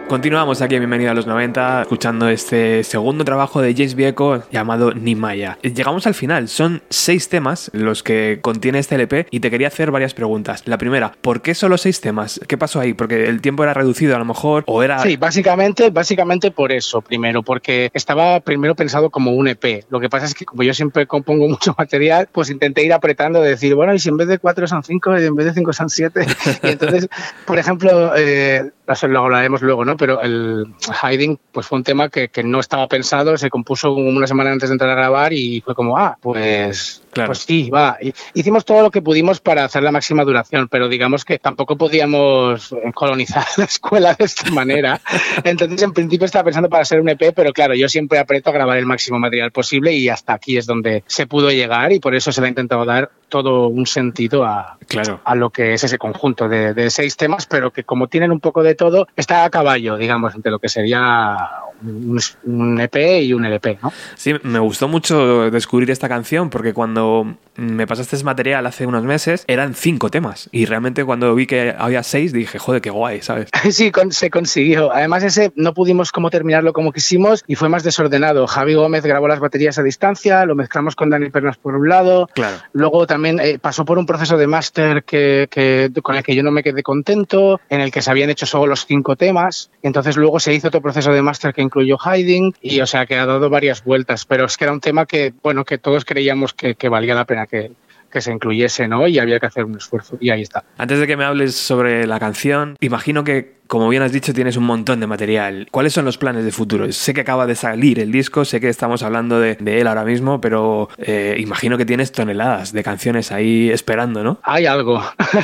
Continuamos aquí en Bienvenido a los noventa, escuchando este segundo trabajo de James Bieco llamado Nimaya. Llegamos al final, son seis temas los que contiene este L P y te quería hacer varias preguntas. La primera, ¿por qué solo seis temas? ¿Qué pasó ahí? ¿Porque el tiempo era reducido a lo mejor o era...? Sí, básicamente, básicamente por eso, primero, porque estaba primero pensado como un E P. Lo que pasa es que como yo siempre compongo mucho material, pues intenté ir apretando, de decir, bueno, y si en vez de cuatro son cinco y en vez de cinco son siete. Y entonces, por ejemplo, eh, lo hablaremos luego, ¿no? Pero el Hiding pues fue un tema que, que no estaba pensado, se compuso una semana antes de entrar a grabar y fue como, ah, pues, claro. pues sí, va. Y hicimos todo lo que pudimos para hacer la máxima duración, pero digamos que tampoco podíamos colonizar la escuela de esta manera. Entonces, en principio estaba pensando para ser un E P, pero claro, yo siempre aprieto a grabar el máximo material posible y hasta aquí es donde se pudo llegar y por eso se le ha intentado dar todo un sentido a, claro. a lo que es ese conjunto de, de seis temas, pero que como tienen un poco de todo, está a caballo, digamos, entre lo que sería un, un E P y un L P, ¿no? Sí, me gustó mucho descubrir esta canción porque cuando me pasaste ese material hace unos meses eran cinco temas y realmente cuando vi que había seis dije, joder, qué guay, ¿sabes? Sí, con, se consiguió. Además ese no pudimos como terminarlo como quisimos y fue más desordenado. Javi Gómez grabó las baterías a distancia, lo mezclamos con Dani Pernas por un lado, claro. Luego también eh, pasó por un proceso de máster que, que, con el que yo no me quedé contento, en el que se habían hecho solo los cinco temas, entonces luego se hizo otro proceso de máster que incluyó Hiding y o sea que ha dado varias vueltas, pero es que era un tema que, bueno, que todos creíamos que, que valía la pena que, que se incluyese, ¿no? Y había que hacer un esfuerzo y ahí está. Antes de que me hables sobre la canción, imagino que, como bien has dicho, tienes un montón de material. ¿Cuáles son los planes de futuro? Sé que acaba de salir el disco, sé que estamos hablando de, de él ahora mismo, pero eh, imagino que tienes toneladas de canciones ahí esperando, ¿no? Hay algo.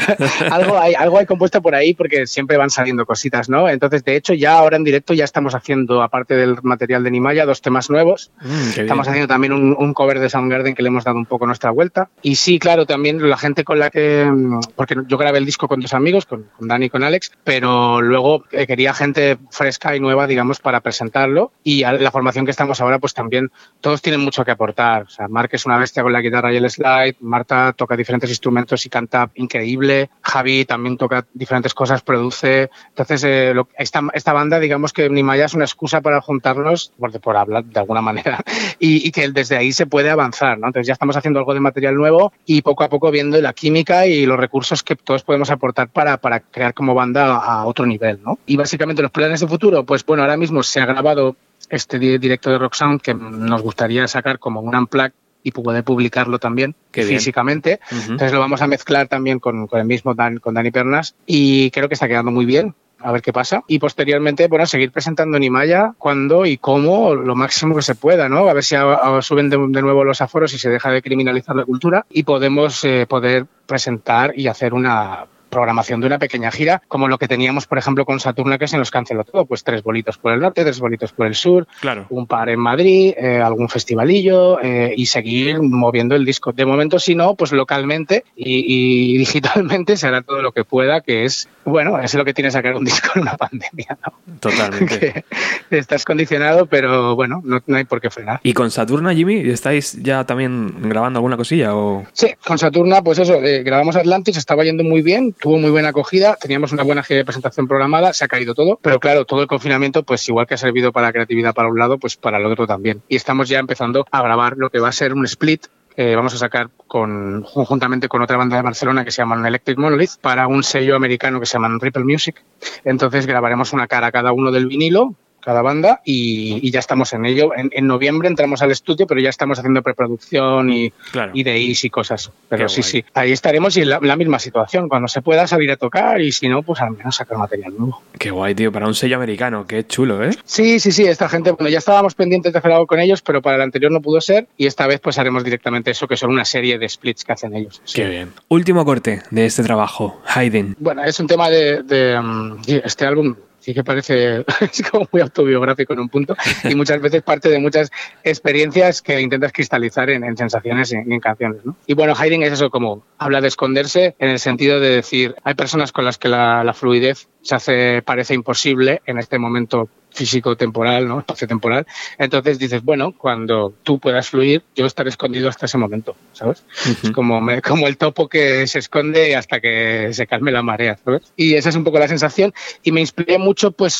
algo hay, algo hay compuesto por ahí porque siempre van saliendo cositas, ¿no? Entonces, de hecho, ya ahora en directo ya estamos haciendo, aparte del material de Nimaya, dos temas nuevos. Mm, estamos haciendo también un, un cover de Soundgarden que le hemos dado un poco nuestra vuelta. Y sí, claro, también la gente con la que... Porque yo grabé el disco con dos amigos, con, con Dani y con Alex, pero luego eh, quería gente fresca y nueva, digamos, para presentarlo. Y a la formación que estamos ahora, pues también todos tienen mucho que aportar. O sea, Marc es una bestia con la guitarra y el slide, Marta toca diferentes instrumentos y canta increíble, Javi también toca diferentes cosas, produce. Entonces, eh, lo, esta, esta banda, digamos que Nimaya es una excusa para juntarnos, por, por hablar de alguna manera, y, y que desde ahí se puede avanzar, ¿no? Entonces ya estamos haciendo algo de material nuevo y poco a poco viendo la química y los recursos que todos podemos aportar para, para crear como banda a otro nivel, ¿no? Y básicamente los planes de futuro, pues bueno, ahora mismo se ha grabado este directo de Rock Sound que nos gustaría sacar como un unplugged y poder publicarlo también Qué físicamente. Uh-huh. Entonces lo vamos a mezclar también con, con el mismo Dan, con Dani Pernas y creo que está quedando muy bien. A ver qué pasa. Y posteriormente, bueno, seguir presentando Nimaya cuando y cómo, lo máximo que se pueda, ¿no? A ver si a, a, suben de, de nuevo los aforos y se deja de criminalizar la cultura y podemos eh, poder presentar y hacer una programación de una pequeña gira, como lo que teníamos, por ejemplo, con Saturna, que se nos canceló todo, pues tres bolitos por el norte, tres bolitos por el sur, claro. un par en Madrid, eh, algún festivalillo eh, y seguir moviendo el disco. De momento, si no, pues localmente y, y digitalmente se hará todo lo que pueda, que es, bueno, es lo que tiene sacar un disco en una pandemia, ¿no? Totalmente. Que estás condicionado, pero bueno, no, no hay por qué frenar. ¿Y con Saturna, Jimmy, estáis ya también grabando alguna cosilla? O... Sí, con Saturna, pues eso, eh, grabamos Atlantis, estaba yendo muy bien, tuvo muy buena acogida, teníamos una buena gira de presentación programada, se ha caído todo, pero claro, todo el confinamiento, pues igual que ha servido para la creatividad para un lado, pues para el otro también. Y estamos ya empezando a grabar lo que va a ser un split que vamos a sacar con, conjuntamente con otra banda de Barcelona que se llama Electric Monolith para un sello americano que se llama Ripple Music. Entonces grabaremos una cara a cada uno del vinilo, cada banda, y, y ya estamos en ello. En, en noviembre entramos al estudio, pero ya estamos haciendo preproducción y, claro. y D Is y cosas. Pero Qué sí, guay. sí, ahí estaremos y en la, la misma situación. Cuando se pueda salir a tocar y si no, pues al menos sacar material nuevo. Qué guay, tío, para un sello americano, qué chulo, ¿eh? Sí, sí, sí, esta gente, bueno, ya estábamos pendientes de hacer algo con ellos, pero para el anterior no pudo ser y esta vez pues haremos directamente eso, que son una serie de splits que hacen ellos. Sí. Qué bien. Último corte de este trabajo, Hiding. Bueno, es un tema de, de um, este álbum. Sí que parece, es como muy autobiográfico en un punto y muchas veces parte de muchas experiencias que intentas cristalizar en, en sensaciones y en, en canciones, ¿no? Y bueno, Hiding es eso, como habla de esconderse en el sentido de decir, hay personas con las que la, la fluidez se hace, parece imposible en este momento físico-temporal, ¿no? Espacio-temporal. Entonces dices, bueno, cuando tú puedas fluir, yo estaré escondido hasta ese momento, ¿sabes? Uh-huh. Es como, me, como el topo que se esconde hasta que se calme la marea, ¿sabes? Y esa es un poco la sensación y me inspiré mucho, pues,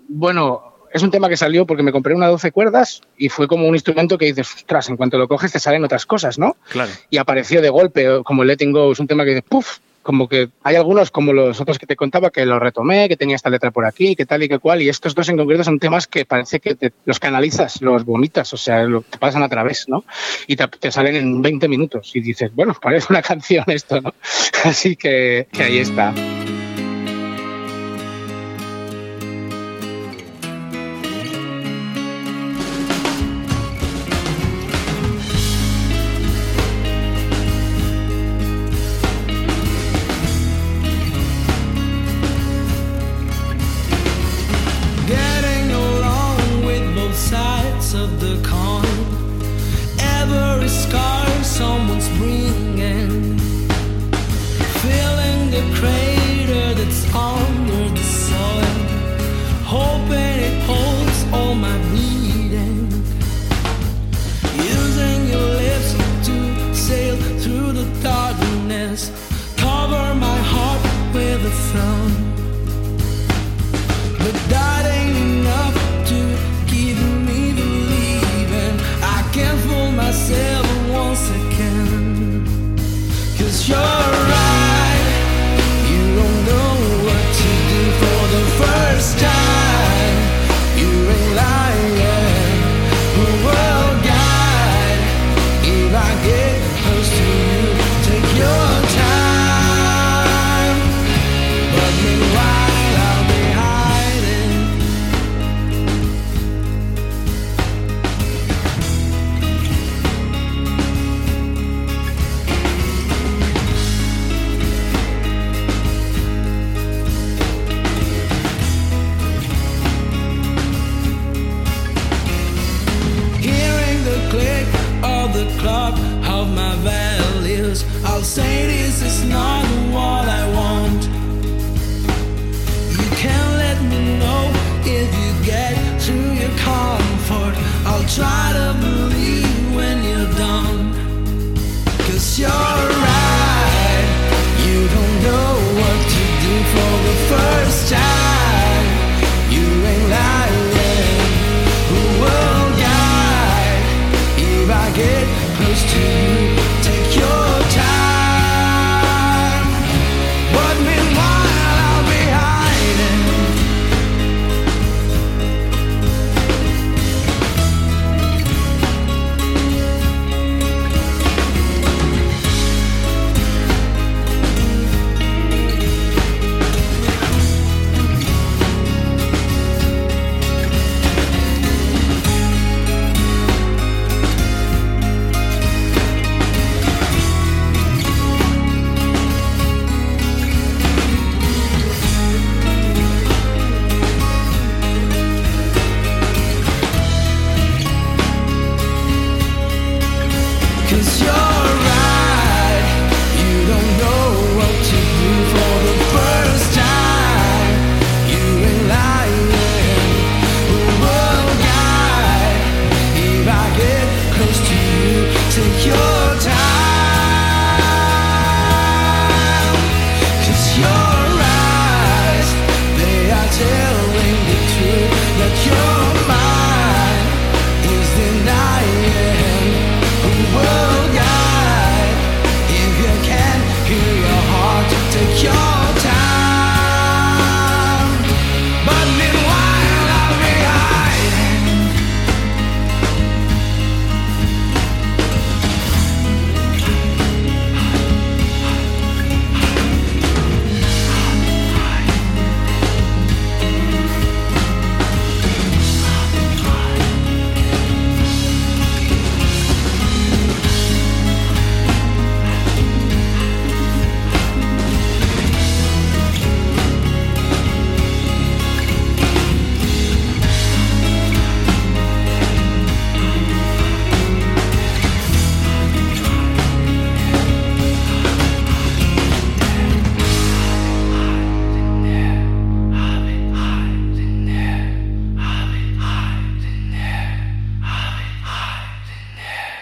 bueno, es un tema que salió porque me compré una doce cuerdas y fue como un instrumento que dices, ostras, en cuanto lo coges te salen otras cosas, ¿no? Claro. Y apareció de golpe, como el Letting Go, es un tema que dices, ¡puf! Como que hay algunos, como los otros que te contaba, que los retomé, que tenía esta letra por aquí, que tal y que cual, y estos dos en concreto son temas que parece que te, los canalizas, los vomitas, o sea, lo, te pasan a través, ¿no? Y te, te salen en veinte minutos y dices, bueno, parece una canción esto, ¿no? Así que, que ahí está. Getting along with both sides of the coin. Every scar someone's bringing. Filling the crater that's under the soil. Hoping it holds all my bleeding. Using your lips to sail through the darkness. Cover my heart with a film. But that ain't enough to keep me believing. I can't fool myself once again. Cause you're right, you don't know what to do for the first time. You ain't lying, who will guide? If I get close to you, take your time. But meanwhile I'll be hiding. Hearing the click of the clock of my values, I'll say this is not what I want. You can let me know if you get through your comfort. I'll try to believe when you're done. Cause you're right, you don't know what to do for the first time. You ain't lying, who will guide? If I get close to you, take your time. But meanwhile I'll be hiding.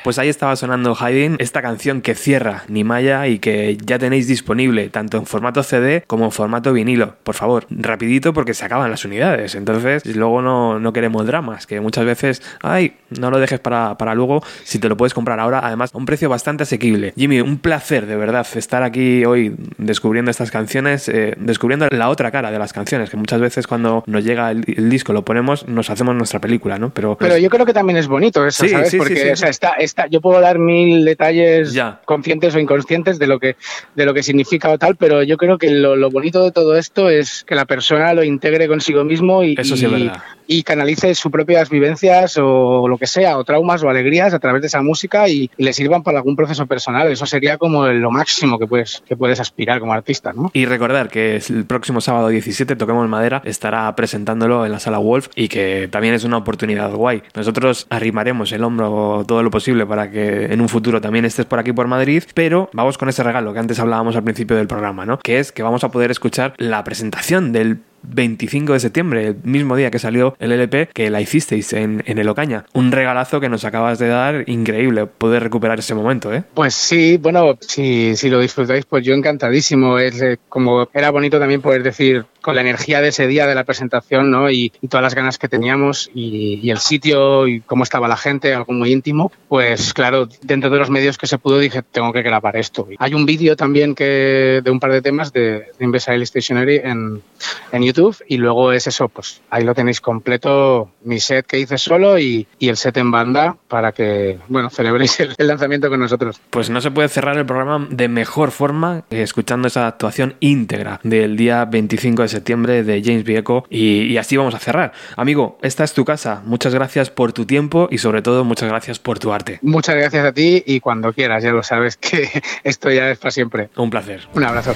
Pues ahí estaba sonando Hiding, esta canción que cierra Nimaya y que ya tenéis disponible tanto en formato C D como en formato vinilo. Por favor, rapidito porque se acaban las unidades, entonces luego no, no queremos dramas, que muchas veces, ay, no lo dejes para, para luego, si te lo puedes comprar ahora, además a un precio bastante asequible. Jimmy, un placer de verdad estar aquí hoy descubriendo estas canciones, eh, descubriendo la otra cara de las canciones, que muchas veces cuando nos llega el, el disco, lo ponemos, nos hacemos nuestra película, ¿no? Pero, pero yo creo que también es bonito eso, sí, ¿sabes? Sí, porque sí, sí, o sea, está, está, yo puedo dar mil detalles ya. conscientes o inconscientes de lo que de lo que significa o tal, pero yo creo que lo, lo bonito de todo esto es que la persona lo integre consigo mismo y, eso sí es verdad. y, y canalice sus propias vivencias o lo que sea, o traumas o alegrías a través de esa música y, y le sirvan para algún proceso personal. Eso sería como lo máximo que puedes, que puedes aspirar como artista, ¿no? Y recordar que el próximo sábado diecisiete, Toquemos Madera, estará presentándolo en la Sala Wolf y que también es una oportunidad guay. Nosotros arrimaremos el hombro todo lo posible para que en un futuro también estés por aquí por Madrid, pero vamos con ese regalo que antes hablábamos al principio del programa, ¿no? Que es que vamos a poder escuchar la presentación del veinticinco de septiembre, el mismo día que salió el L P, que la hicisteis en, en el Ocaña. Un regalazo que nos acabas de dar, increíble poder recuperar ese momento, ¿eh? Pues sí, bueno, si, si lo disfrutáis, pues yo encantadísimo. Es eh, como era bonito también poder decir con la energía de ese día de la presentación, ¿no? Y, y todas las ganas que teníamos y, y el sitio y cómo estaba la gente, algo muy íntimo, pues claro, dentro de los medios que se pudo dije, tengo que grabar esto. Hay un vídeo también que de un par de temas de, de Imbecile Stationery en, en YouTube y luego es eso, pues ahí lo tenéis completo, mi set que hice solo y, y el set en banda para que, bueno, celebréis el, el lanzamiento con nosotros. Pues no se puede cerrar el programa de mejor forma que escuchando esa actuación íntegra del día veinticinco de septiembre de James Bieco y, y así vamos a cerrar. Amigo, esta es tu casa. Muchas gracias por tu tiempo y sobre todo muchas gracias por tu arte. Muchas gracias a ti y cuando quieras, ya lo sabes que esto ya es para siempre. Un placer. Un abrazo.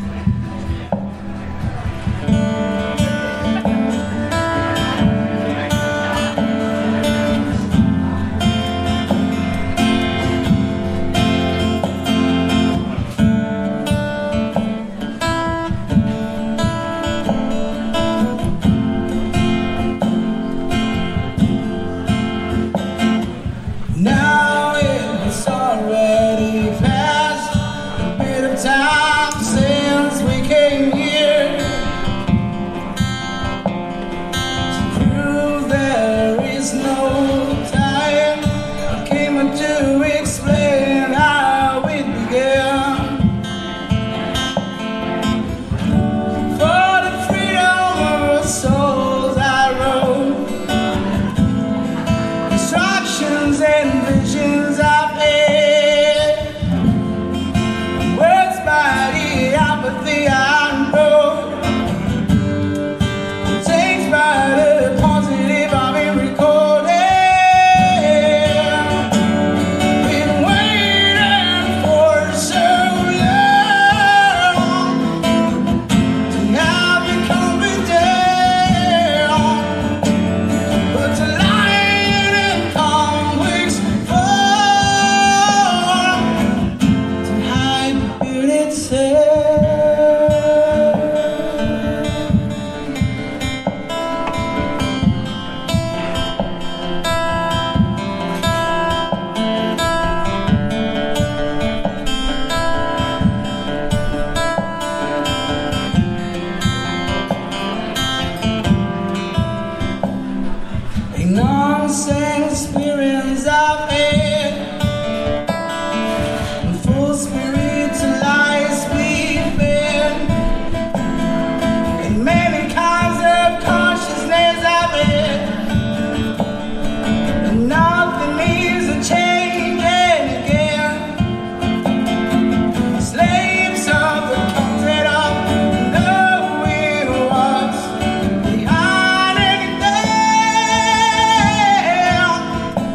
Now it's already past a bit of time since we came here to prove there is no time. I came to explain how it began. For the freedom of our souls I wrote instructions and visions I've made, words by the apathy I know, takes by the positive I've been recording. Been waiting for so long to have you coming down, but to lie and come weeks to hide the beauty itself. A nonsense experience I've had, and full spirit to lies we've been, and many kinds of consciousness I've had, and nothing needs a changing again. Slaves of the content of knowing what's behind anything.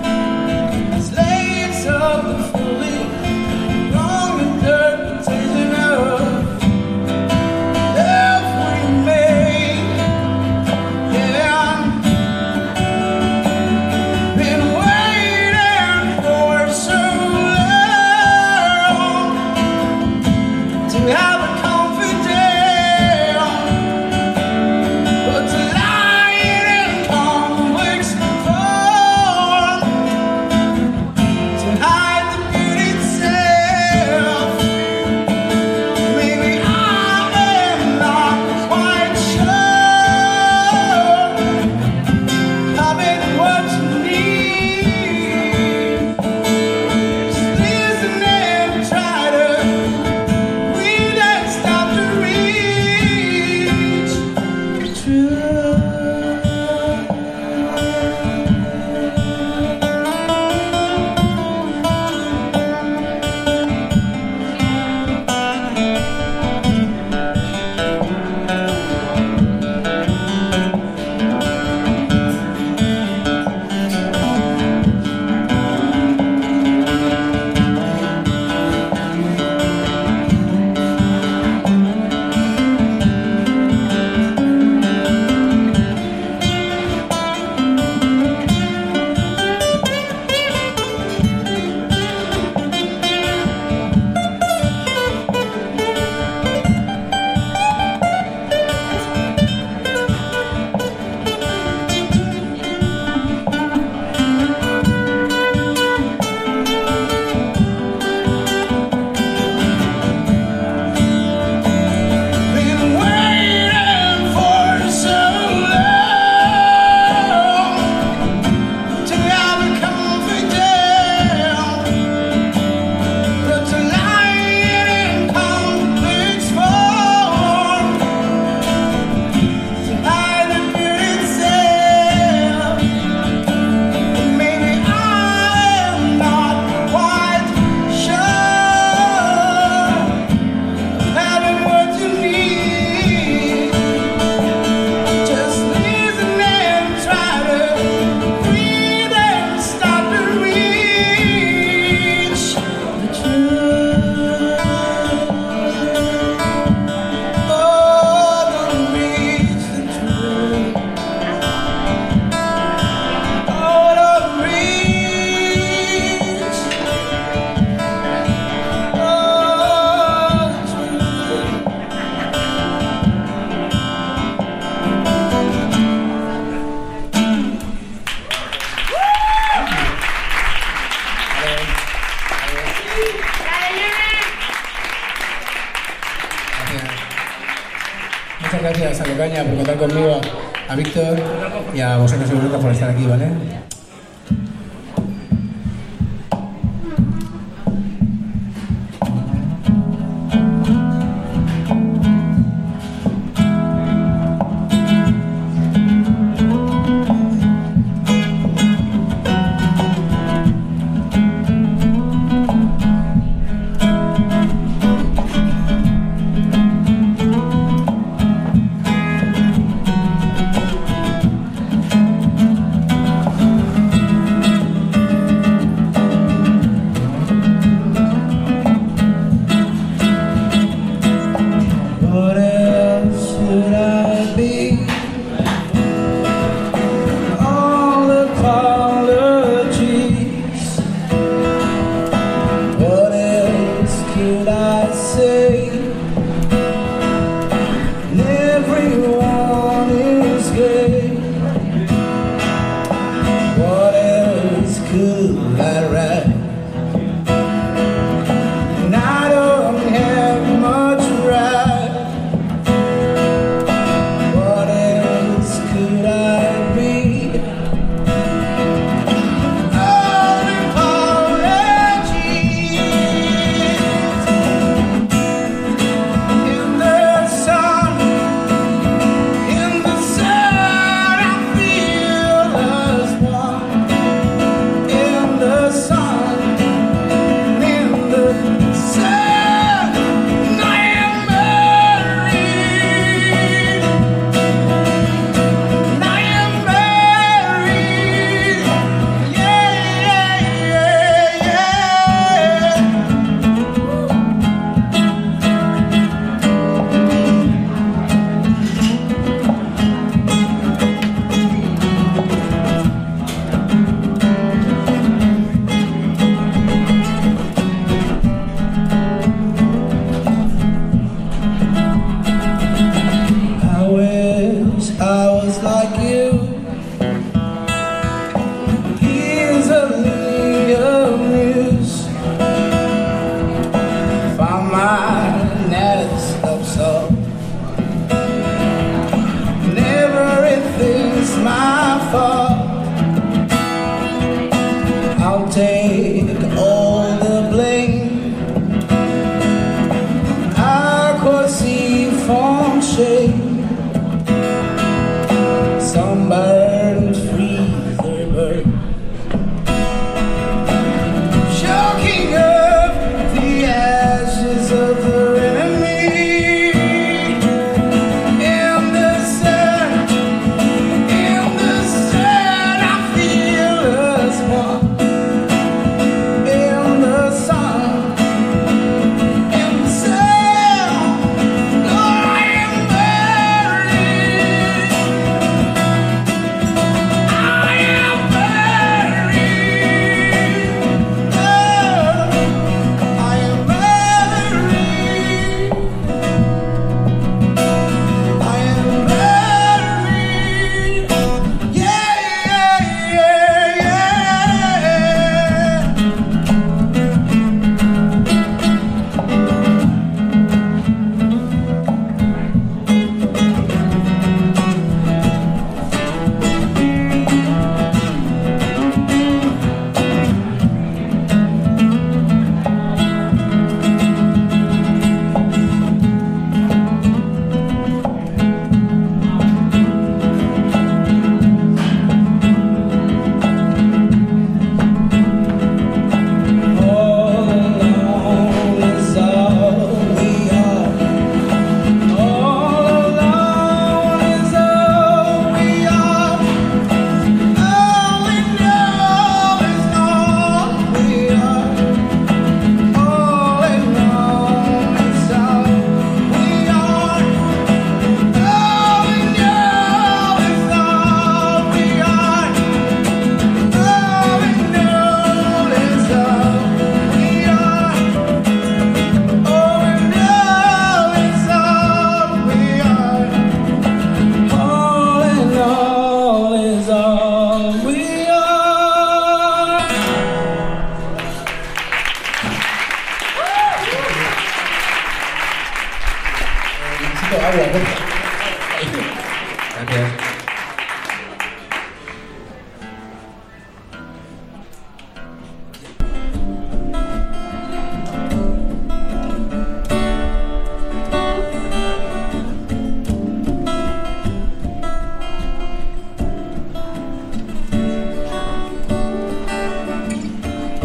gracias a Locaña por contar conmigo, a Víctor y a vosotros y por estar aquí, ¿vale?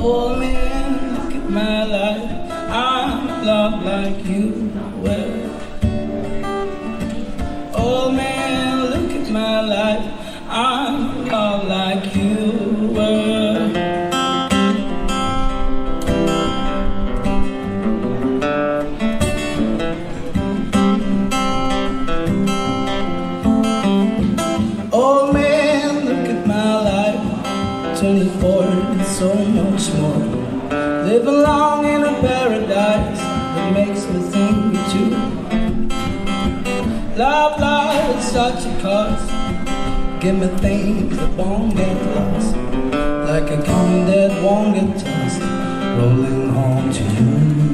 Oh man, look at my life. I'm a lot like you were. Oh man, look at my life. I'm a lot like you were. Oh man, look at my life. twenty-four and so much more. Living long in a paradise that makes me think of you. Love, love, it's such a cost. Give me things that won't get lost, like a coin that won't get tossed, rolling home to you.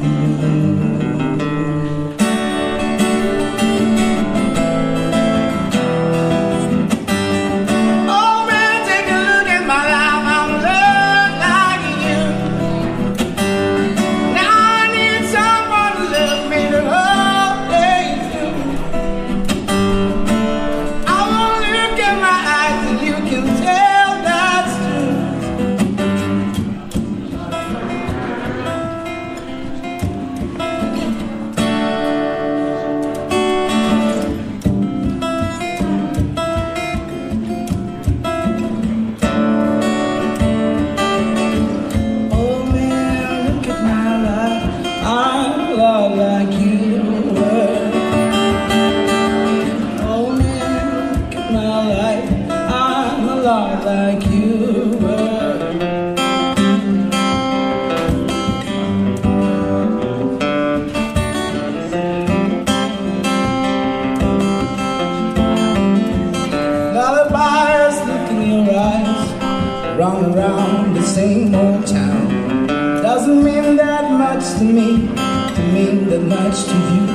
Round and round the same old town doesn't mean that much to me, to mean that much to you.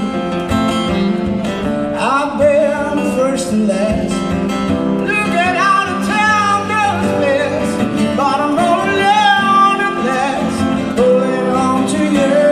I've been first and last. Look at how the town goes fast, but I'm rolling down at last, holding on to you.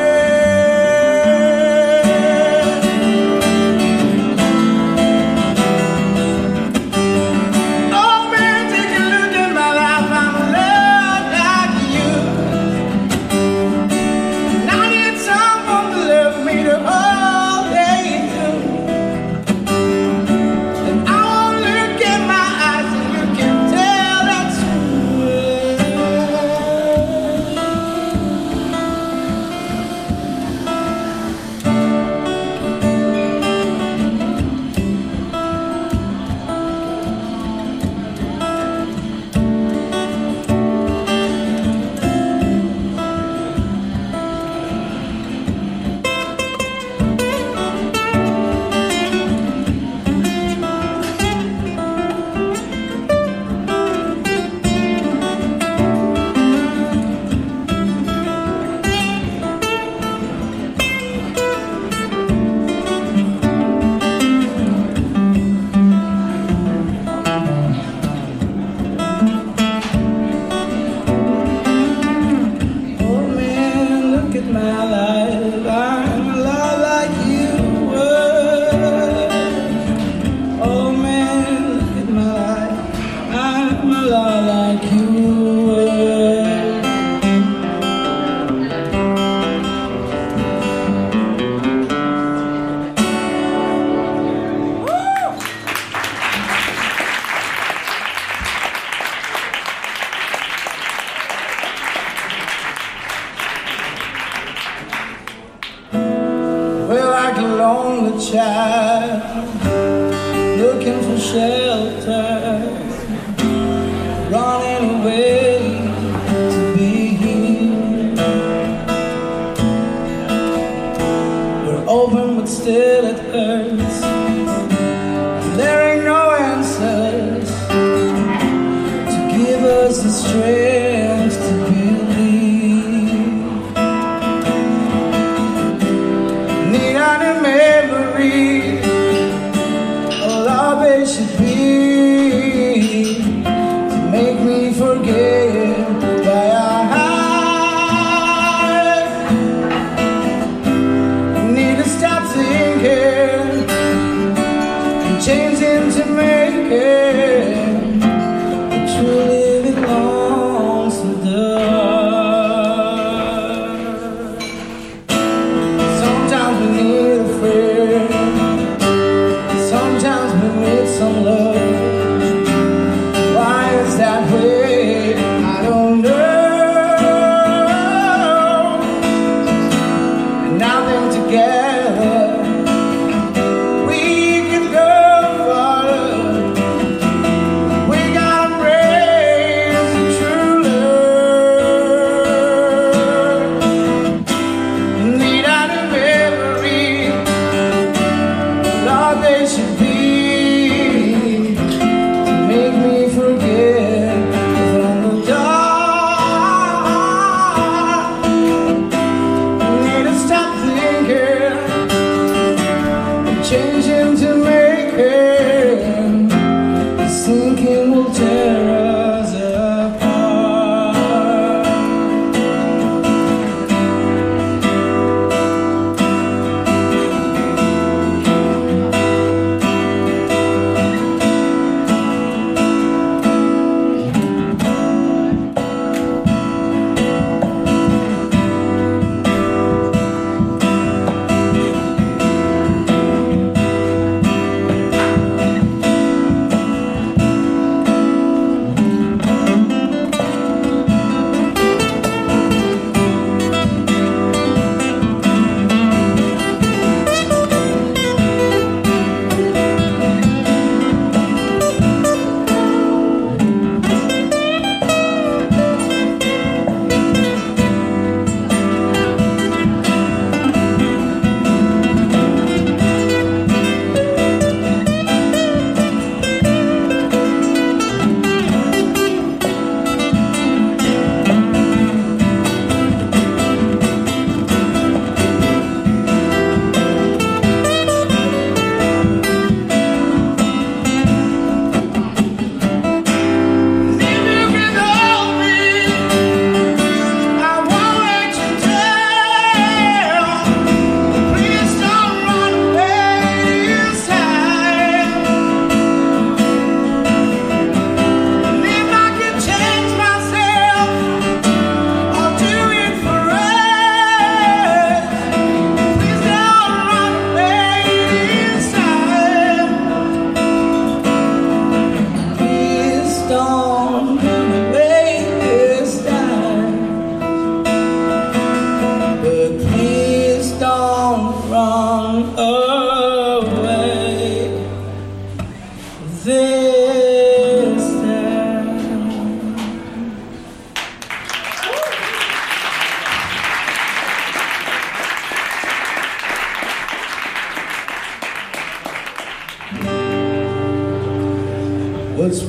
Child looking for shelter, running away to be here. We're open but still it hurts. There ain't no answers to give us the strength to believe. Need any memory, all our base should be.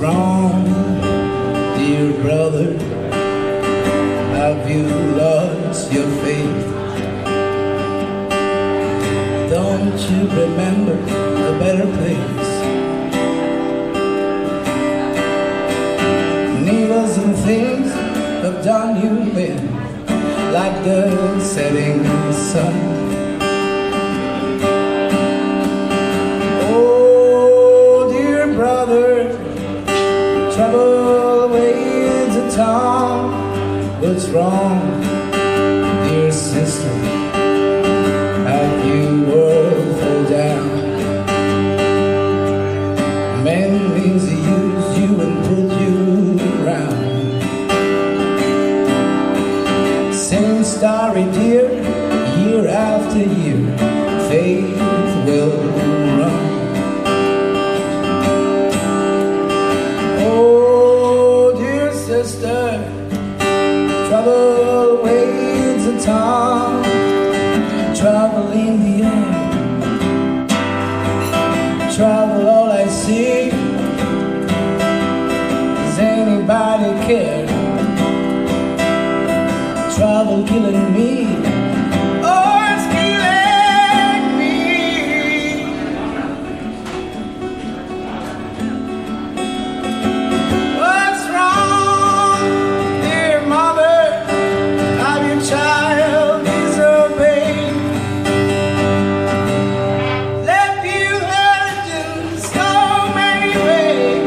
wrong, dear brother? Have you lost your faith? Don't you remember a better place? Needles and things have done you in, like the setting sun. Oh, dear brother, trouble awaits a town. What's wrong, dear sister? Have you world fall down? Men means to use you and put you around. Same story, dear, year after year, faith will run. Oh, dear sister, trouble waits a time, trouble in the air, trouble all I see. Does anybody care? Trouble killing me. Oh, it's killing me. What's wrong, dear mother? Have your child disobeyed? Left you hurt in so many ways.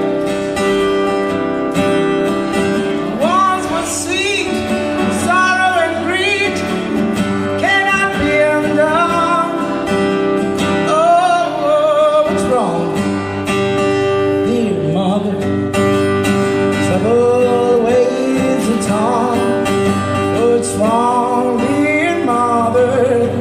Once was sweet, sorrow and greed cannot be undone. Oh, oh, what's wrong, dear mother? Trouble waits a time. What's wrong, dear mother?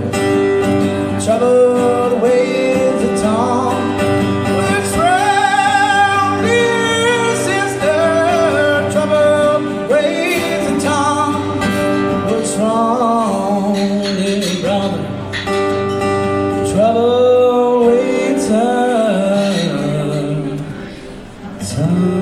Trouble waits a time. What's wrong, dear sister? Trouble waits a time. What's wrong, dear brother? Trouble waits a time.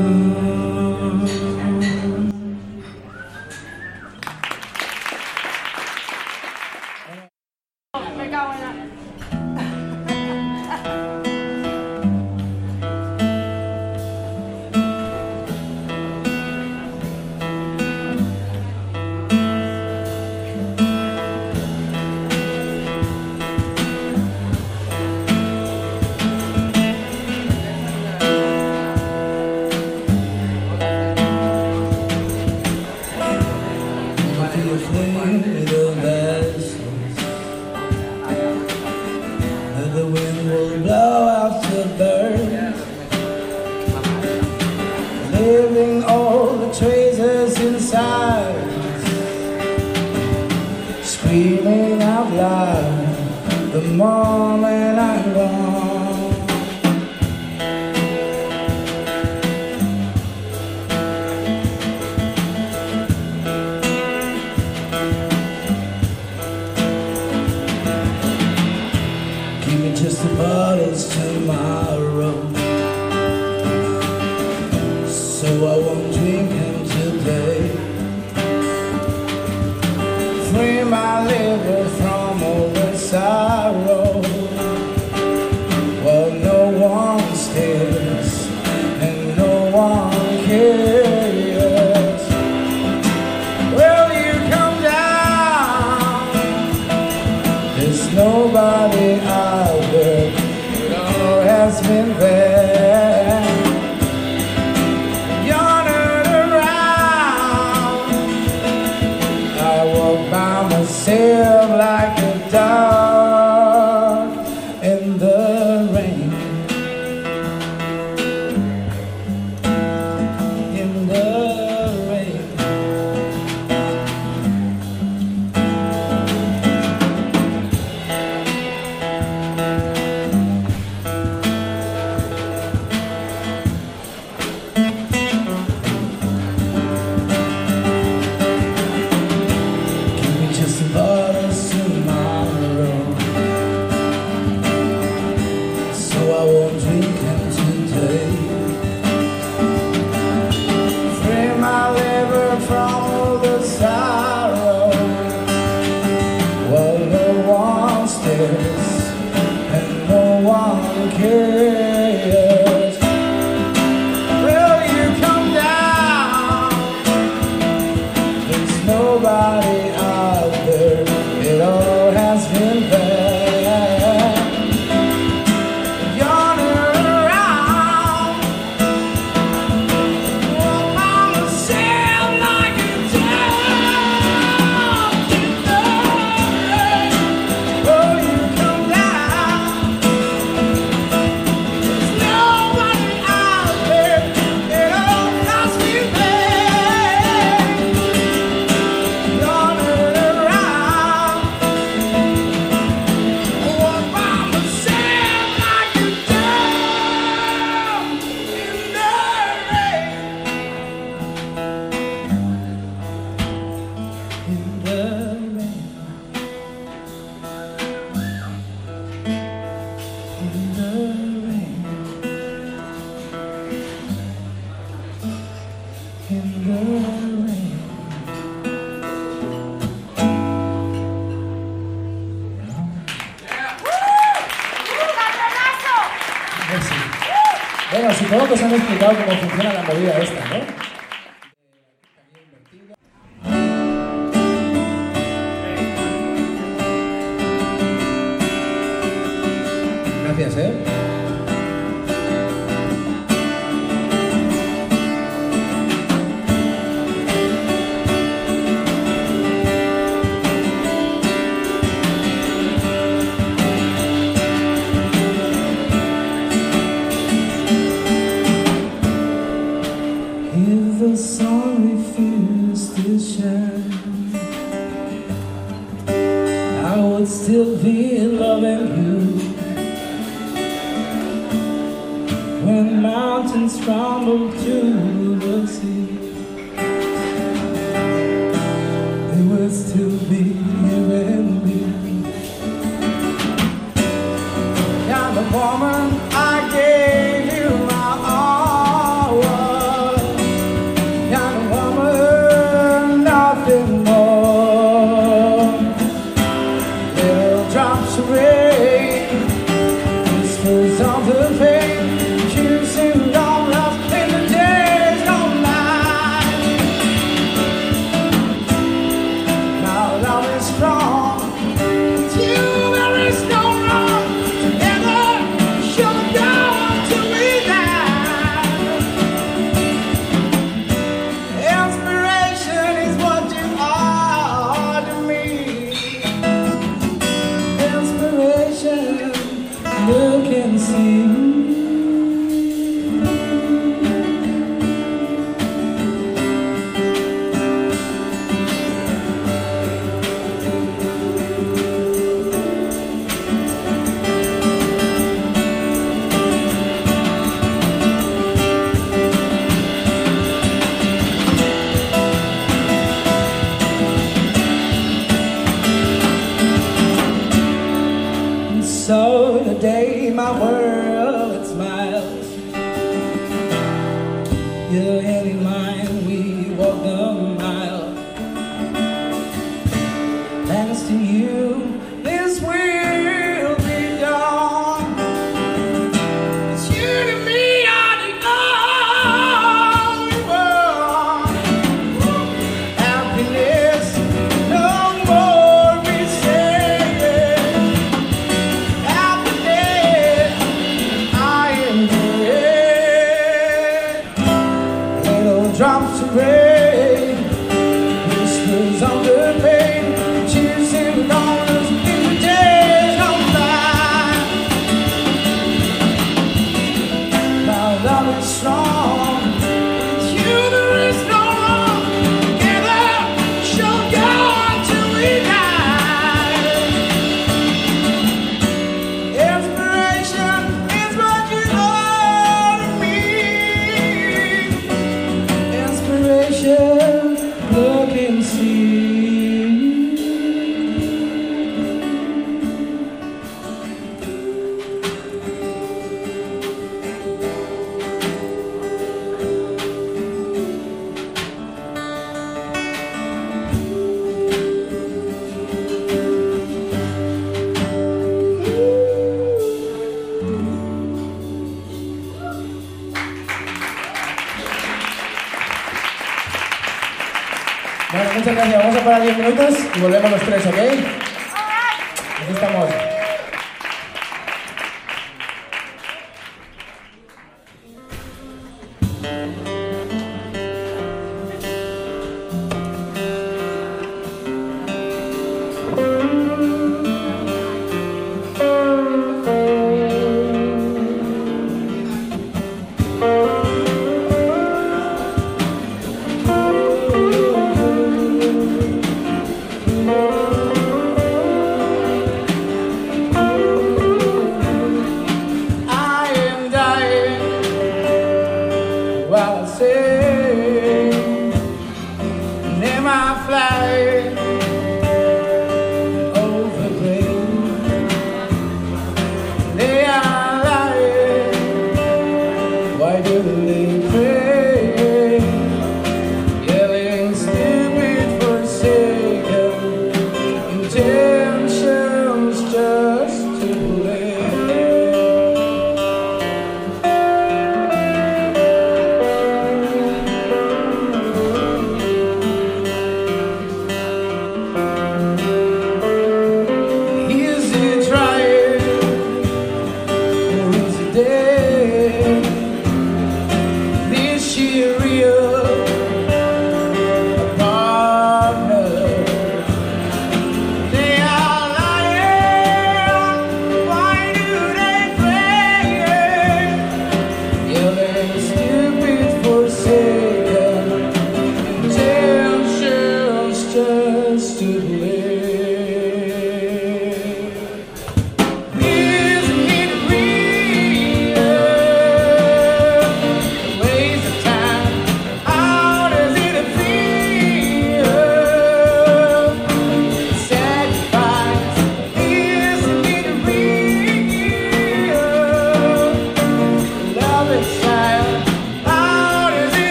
What do you think the vessels that the wind will blow out to burn, leaving all the traces inside, screaming out loud the moment I'm gone. Give me just the bottles tomorrow, so I won't drink them today. Free my liver from all the sorrow. Well, no one stays and no one cares. Will you come down? There's nobody out there who has been there. You're not around. I walk by myself like a dog in the rain. In the rain. Give me just a bottle nobody out there. It all has been bad. You're not around. Oh, mama said like you down in the rain. Oh, you come down. There's nobody out there. It all has been bad. You're not around. Oh, mama said like you down in the rain. In the rain. In the rain. In the rain. Merci. Bueno, supongo que os han explicado cómo funciona la movida esta, ¿no? Gracias, ¿eh? If the sun refused to shine, I would still be loving you. When mountains crumble to the sea, it would still be here in me. Kind of woman, I gave you my all. Kind of woman, nothing more. Little drops of rain, whispers of the pain. You seem gone lost in the days gone by. Bueno, muchas gracias. Vamos a parar diez minutos y volvemos los tres, ¿ok? Aquí estamos.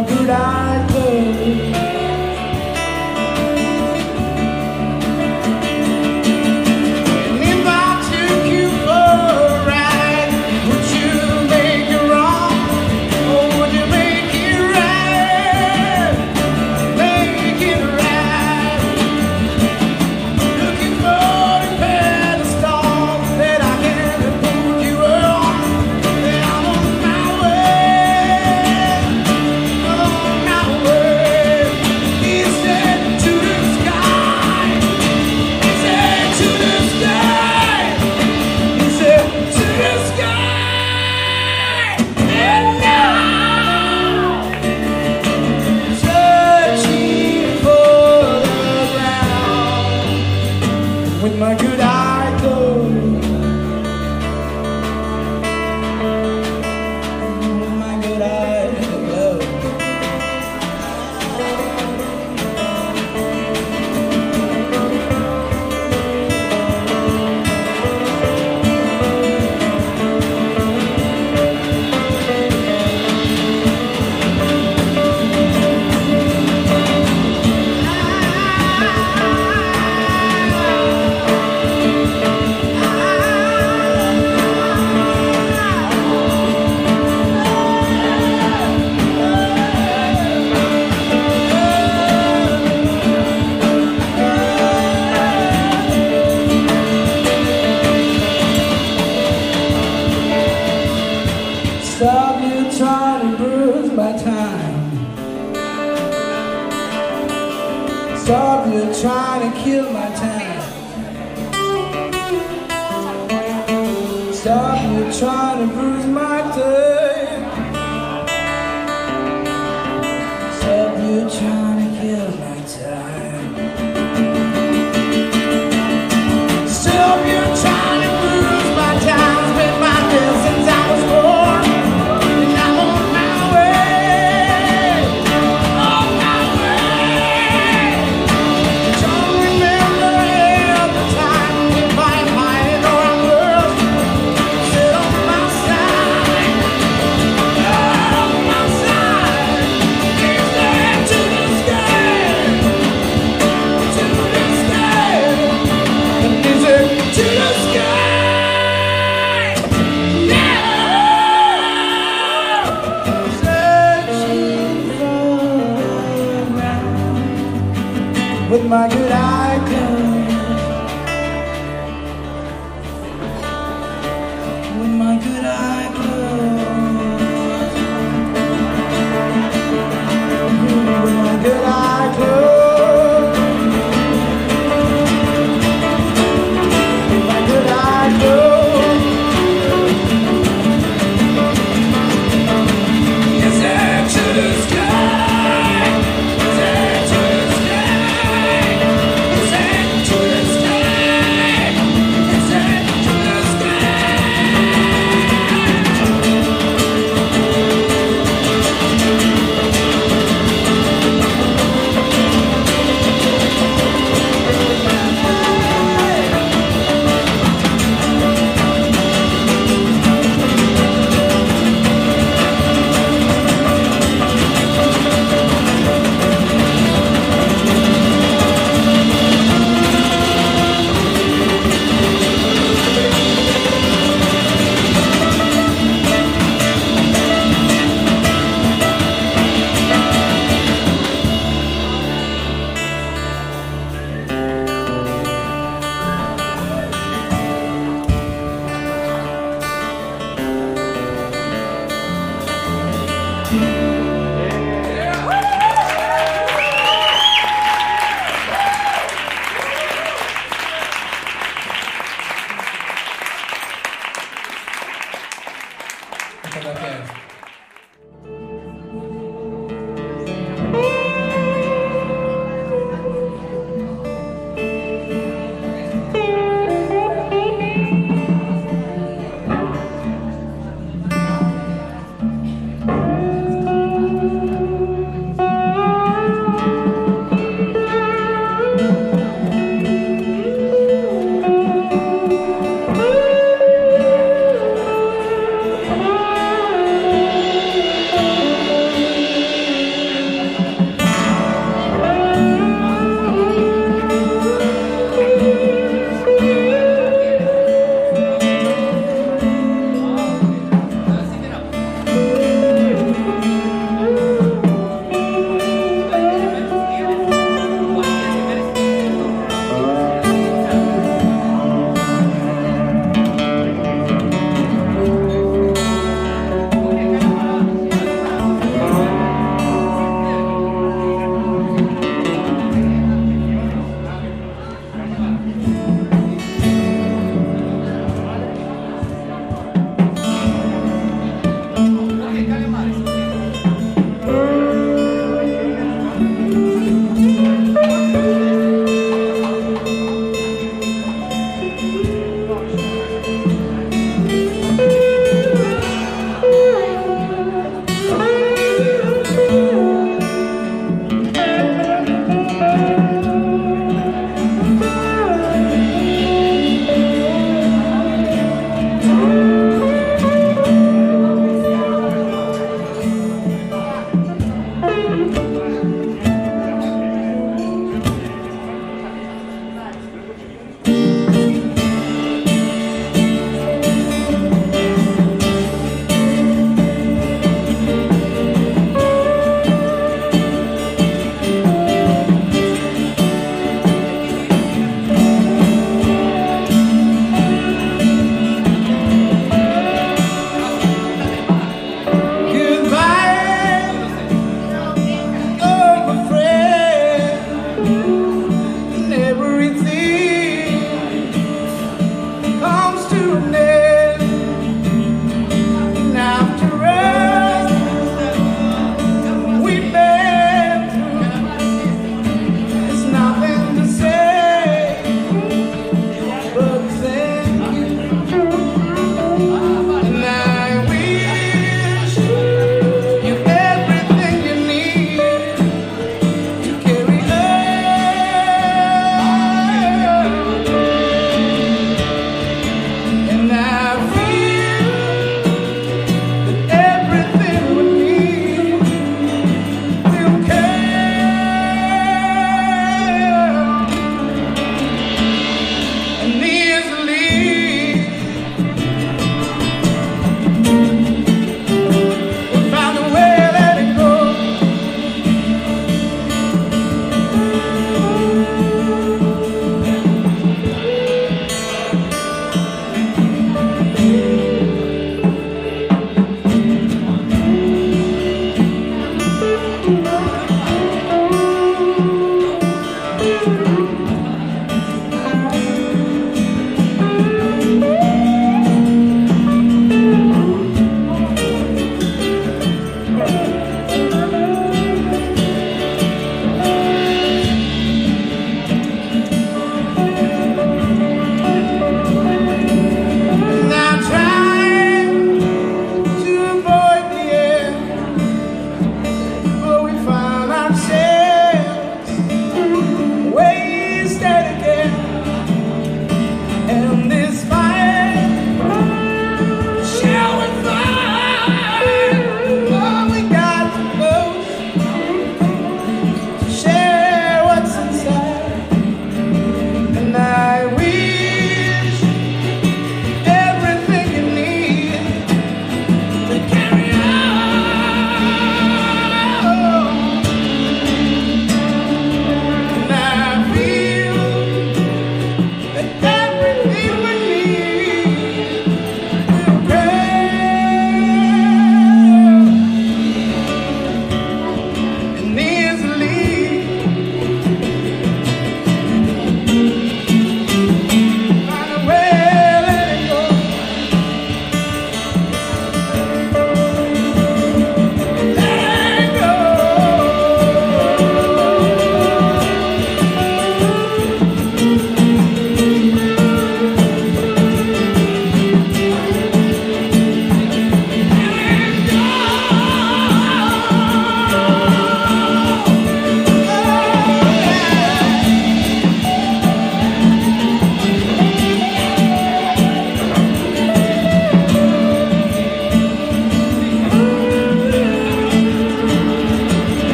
my good eyes closed. And if I took you for a ride, would you make it wrong, or would you make it right? Make it right. Looking for the pedestal that I can put you on, and I'm on my way, on my way. He said to the sky, he said to the sky, he said to the sky, and now searching for the ground with my good eye closed. With my good eye closed. Stop you trying to bruise my time. Stop you trying to kill my time. Stop you trying to bruise my time. Stop you trying to kill my time. Stop you trying to bruise my time. Spent my days since I was born, and I'm on my way, on my way. Don't remember every time if I'm high or I'm low. Sit on my side, on my side. He's there to the sky, to the sky. And he's there to the sky. With my good eye closed, with my good eye closed, with my good eye closed, with my good eye closed. Yes, there to the sky, yes, there to the sky. Yes, there to the sky, yes, there to the sky. Muchas gracias.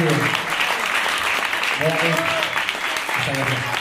you. Gracias. Muchas gracias.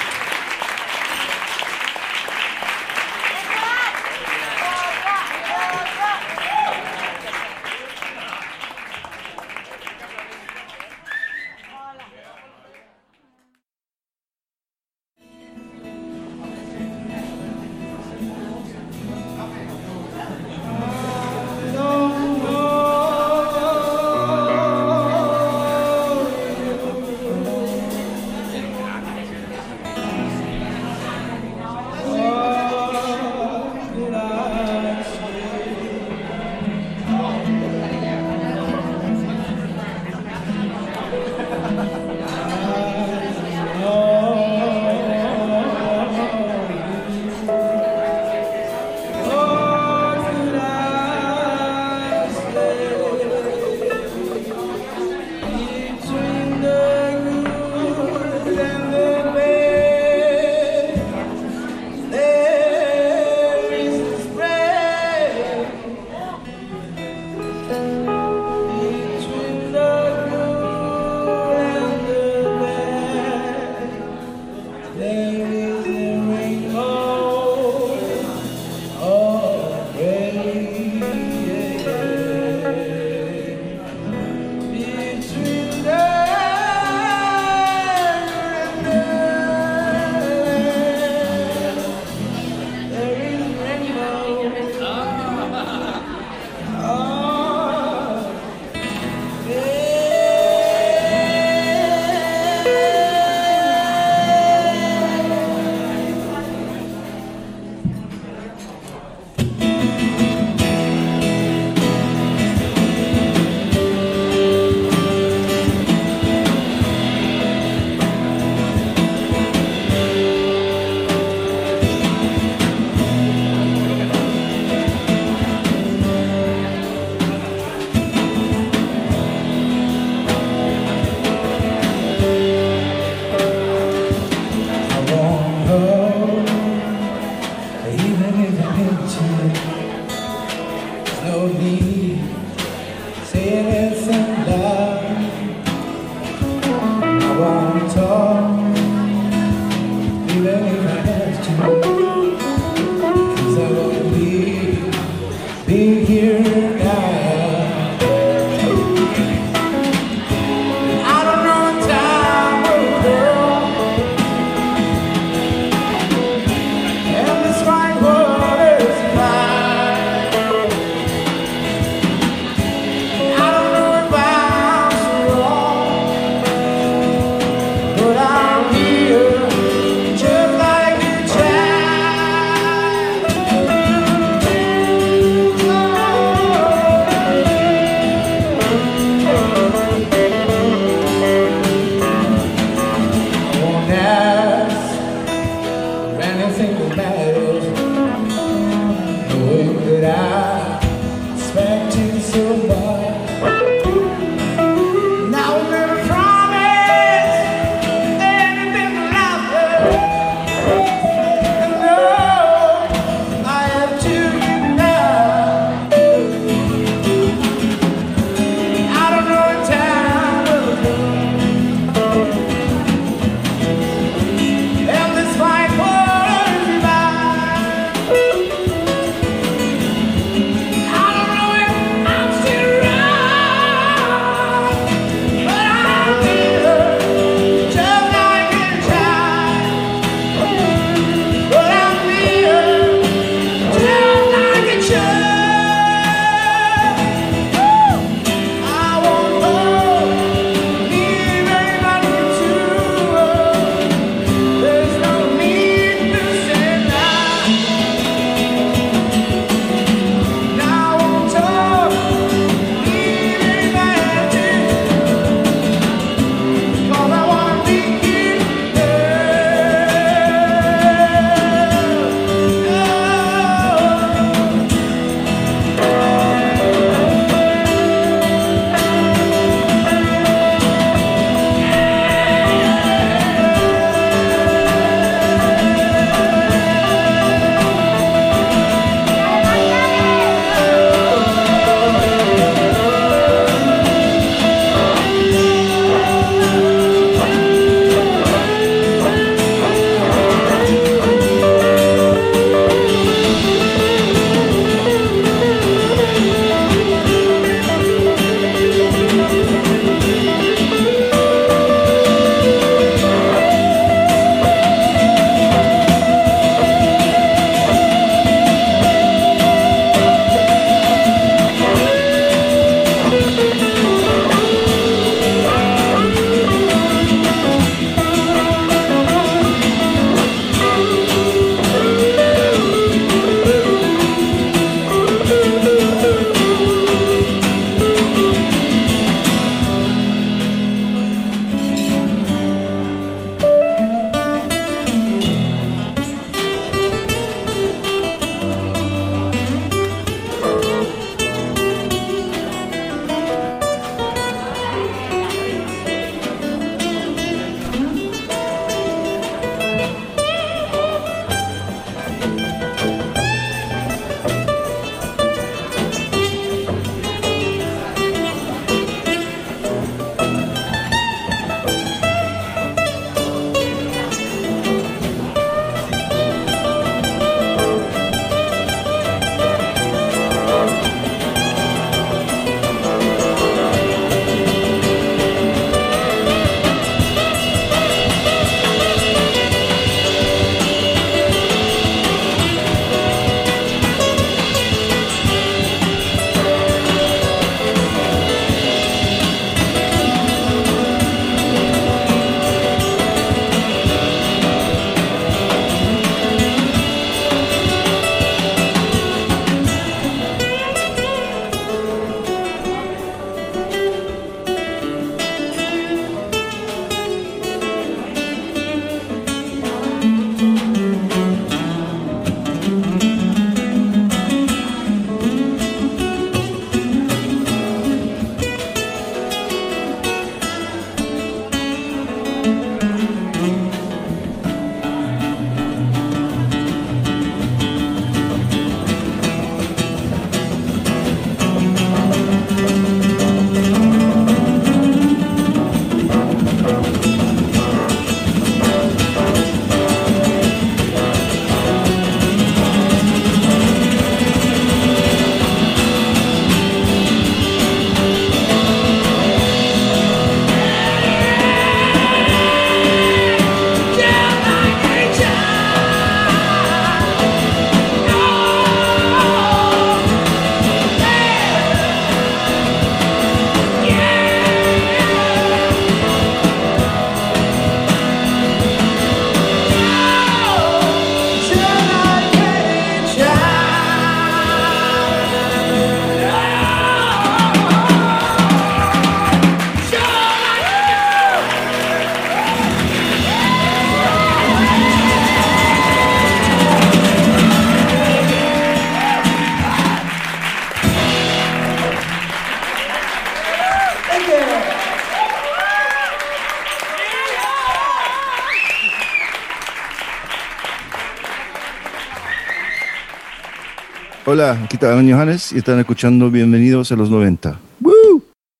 Hola, aquí está Aaron Johannes y están escuchando Bienvenidos a los noventa.